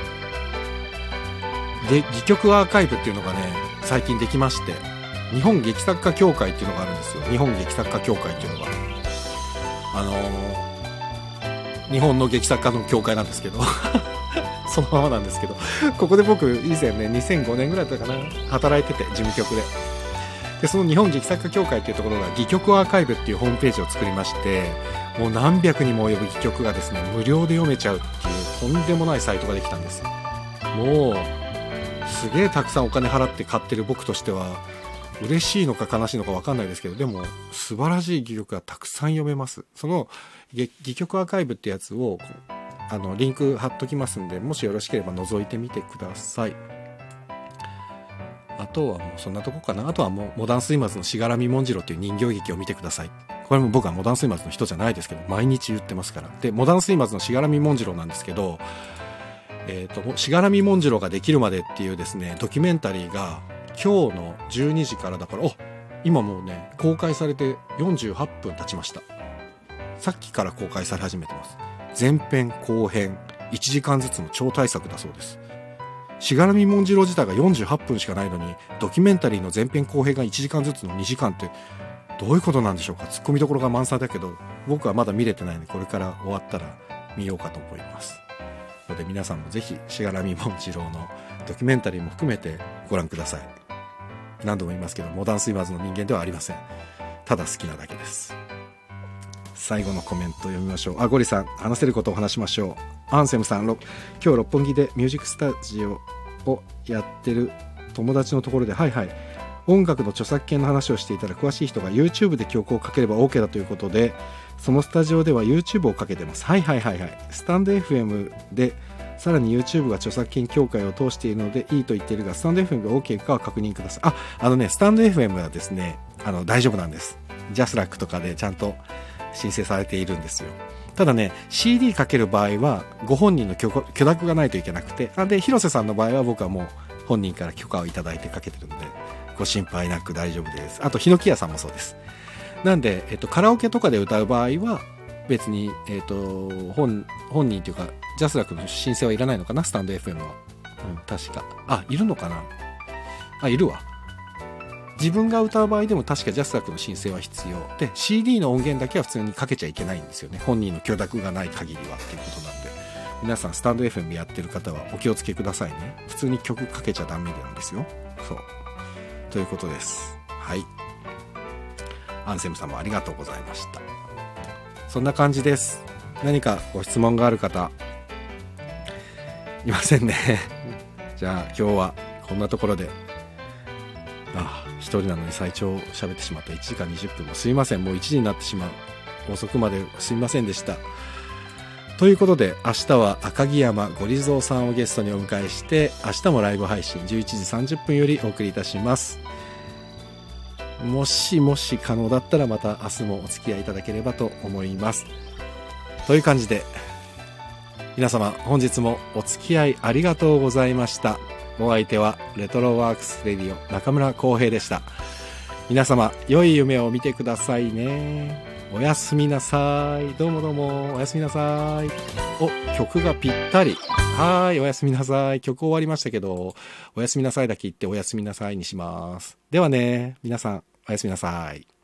で戯曲アーカイブっていうのがね最近できまして、日本劇作家協会っていうのがあるんですよ。日本劇作家協会っていうのが、あのー日本の劇作家の協会なんですけどそのままなんですけど、ここで僕以前ねにせんごねんぐらいだったかな、働いてて事務局で、でその日本劇作家協会っていうところが戯曲アーカイブっていうホームページを作りまして、もう何百にも及ぶ戯曲がですね無料で読めちゃうっていうとんでもないサイトができたんですよ。もうすげえたくさんお金払って買ってる僕としては嬉しいのか悲しいのか分かんないですけど、でも素晴らしい戯曲がたくさん読めます。その戯曲アーカイブってやつをあのリンク貼っときますんで、もしよろしければ覗いてみてください。あとはもうそんなとこかな。あとはもうモダンスイマーズのしがらみもんじろっていう人形劇を見てください。これも僕はモダンスイマーズの人じゃないですけど毎日言ってますから。でモダンスイマーズのしがらみもんじろなんですけど、えーとしがらみもんじろができるまでっていうですねドキュメンタリーが今日のじゅうにじからだから、お今もうね公開されてよんじゅうはっぷん経ちました。さっきから公開され始めてます。前編後編いちじかんずつの超大作だそうです。しがらみもんじろ自体がよんじゅうはっぷんしかないのに、ドキュメンタリーの前編後編がいちじかんずつのにじかんってどういうことなんでしょうか。ツッコミどころが満載だけど、僕はまだ見れてないので、これから終わったら見ようかと思いますので、皆さんもぜひしがらみもんじろのドキュメンタリーも含めてご覧ください。何度も言いますけど、モダンスイマーズの人間ではありません。ただ好きなだけです。最後のコメント読みましょう。あ、ゴリさん、話せることを話しましょう。アンセムさん、今日六本木でミュージックスタジオをやってる友達のところで、はいはい、音楽の著作権の話をしていたら、詳しい人が YouTube で曲をかければ OK だということで、そのスタジオでは YouTube をかけてます。はいはいはいはい。スタンド エフエム でさらに YouTube が著作権協会を通しているのでいいと言っているが、スタンド エフエム が OK かは確認ください。あ、あのね、スタンド エフエム はですね、あの大丈夫なんです。ジャスラックとかでちゃんと申請されているんですよ。ただね、 シーディー かける場合はご本人の許許諾がないといけなくて、あで広瀬さんの場合は僕はもう本人から許可をいただいてかけてるのでご心配なく大丈夫です。あとヒノキ屋さんもそうです。なんで、えっと、カラオケとかで歌う場合は別に、えっと、本, 本人というかジャスラックの申請はいらないのかな、スタンド エフエム は、うん、確か。あ、いるのかな。あ、いるわ。自分が歌う場合でも確かジャスラックの申請は必要で、 シーディー の音源だけは普通にかけちゃいけないんですよね、本人の許諾がない限りはっていうことなんで、皆さんスタンド エフエム やってる方はお気をつけくださいね。普通に曲かけちゃダメなんですよ。そうということです。はい、アンセムさんもありがとうございました。そんな感じです。何かご質問がある方いませんねじゃあ今日はこんなところで。ああ、一人なのに最長喋ってしまった。いちじかんにじゅっぷんもすいません。もういちじになってしまう。遅くまですいませんでした。ということで、明日は赤城山ゴリゾーさんをゲストにお迎えして、明日もライブ配信じゅういちじさんじゅっぷんよりお送りいたします。もしもし可能だったらまた明日もお付き合いいただければと思います。という感じで、皆様本日もお付き合いありがとうございました。お相手はレトロワークスレディオ中村浩平でした。皆様良い夢を見てくださいね。おやすみなさい。どうもどうもおやすみなさい。お、曲がぴったり。はい、おやすみなさい。曲終わりましたけど、おやすみなさいだけ言っておやすみなさいにします。ではね、皆さんおやすみなさい。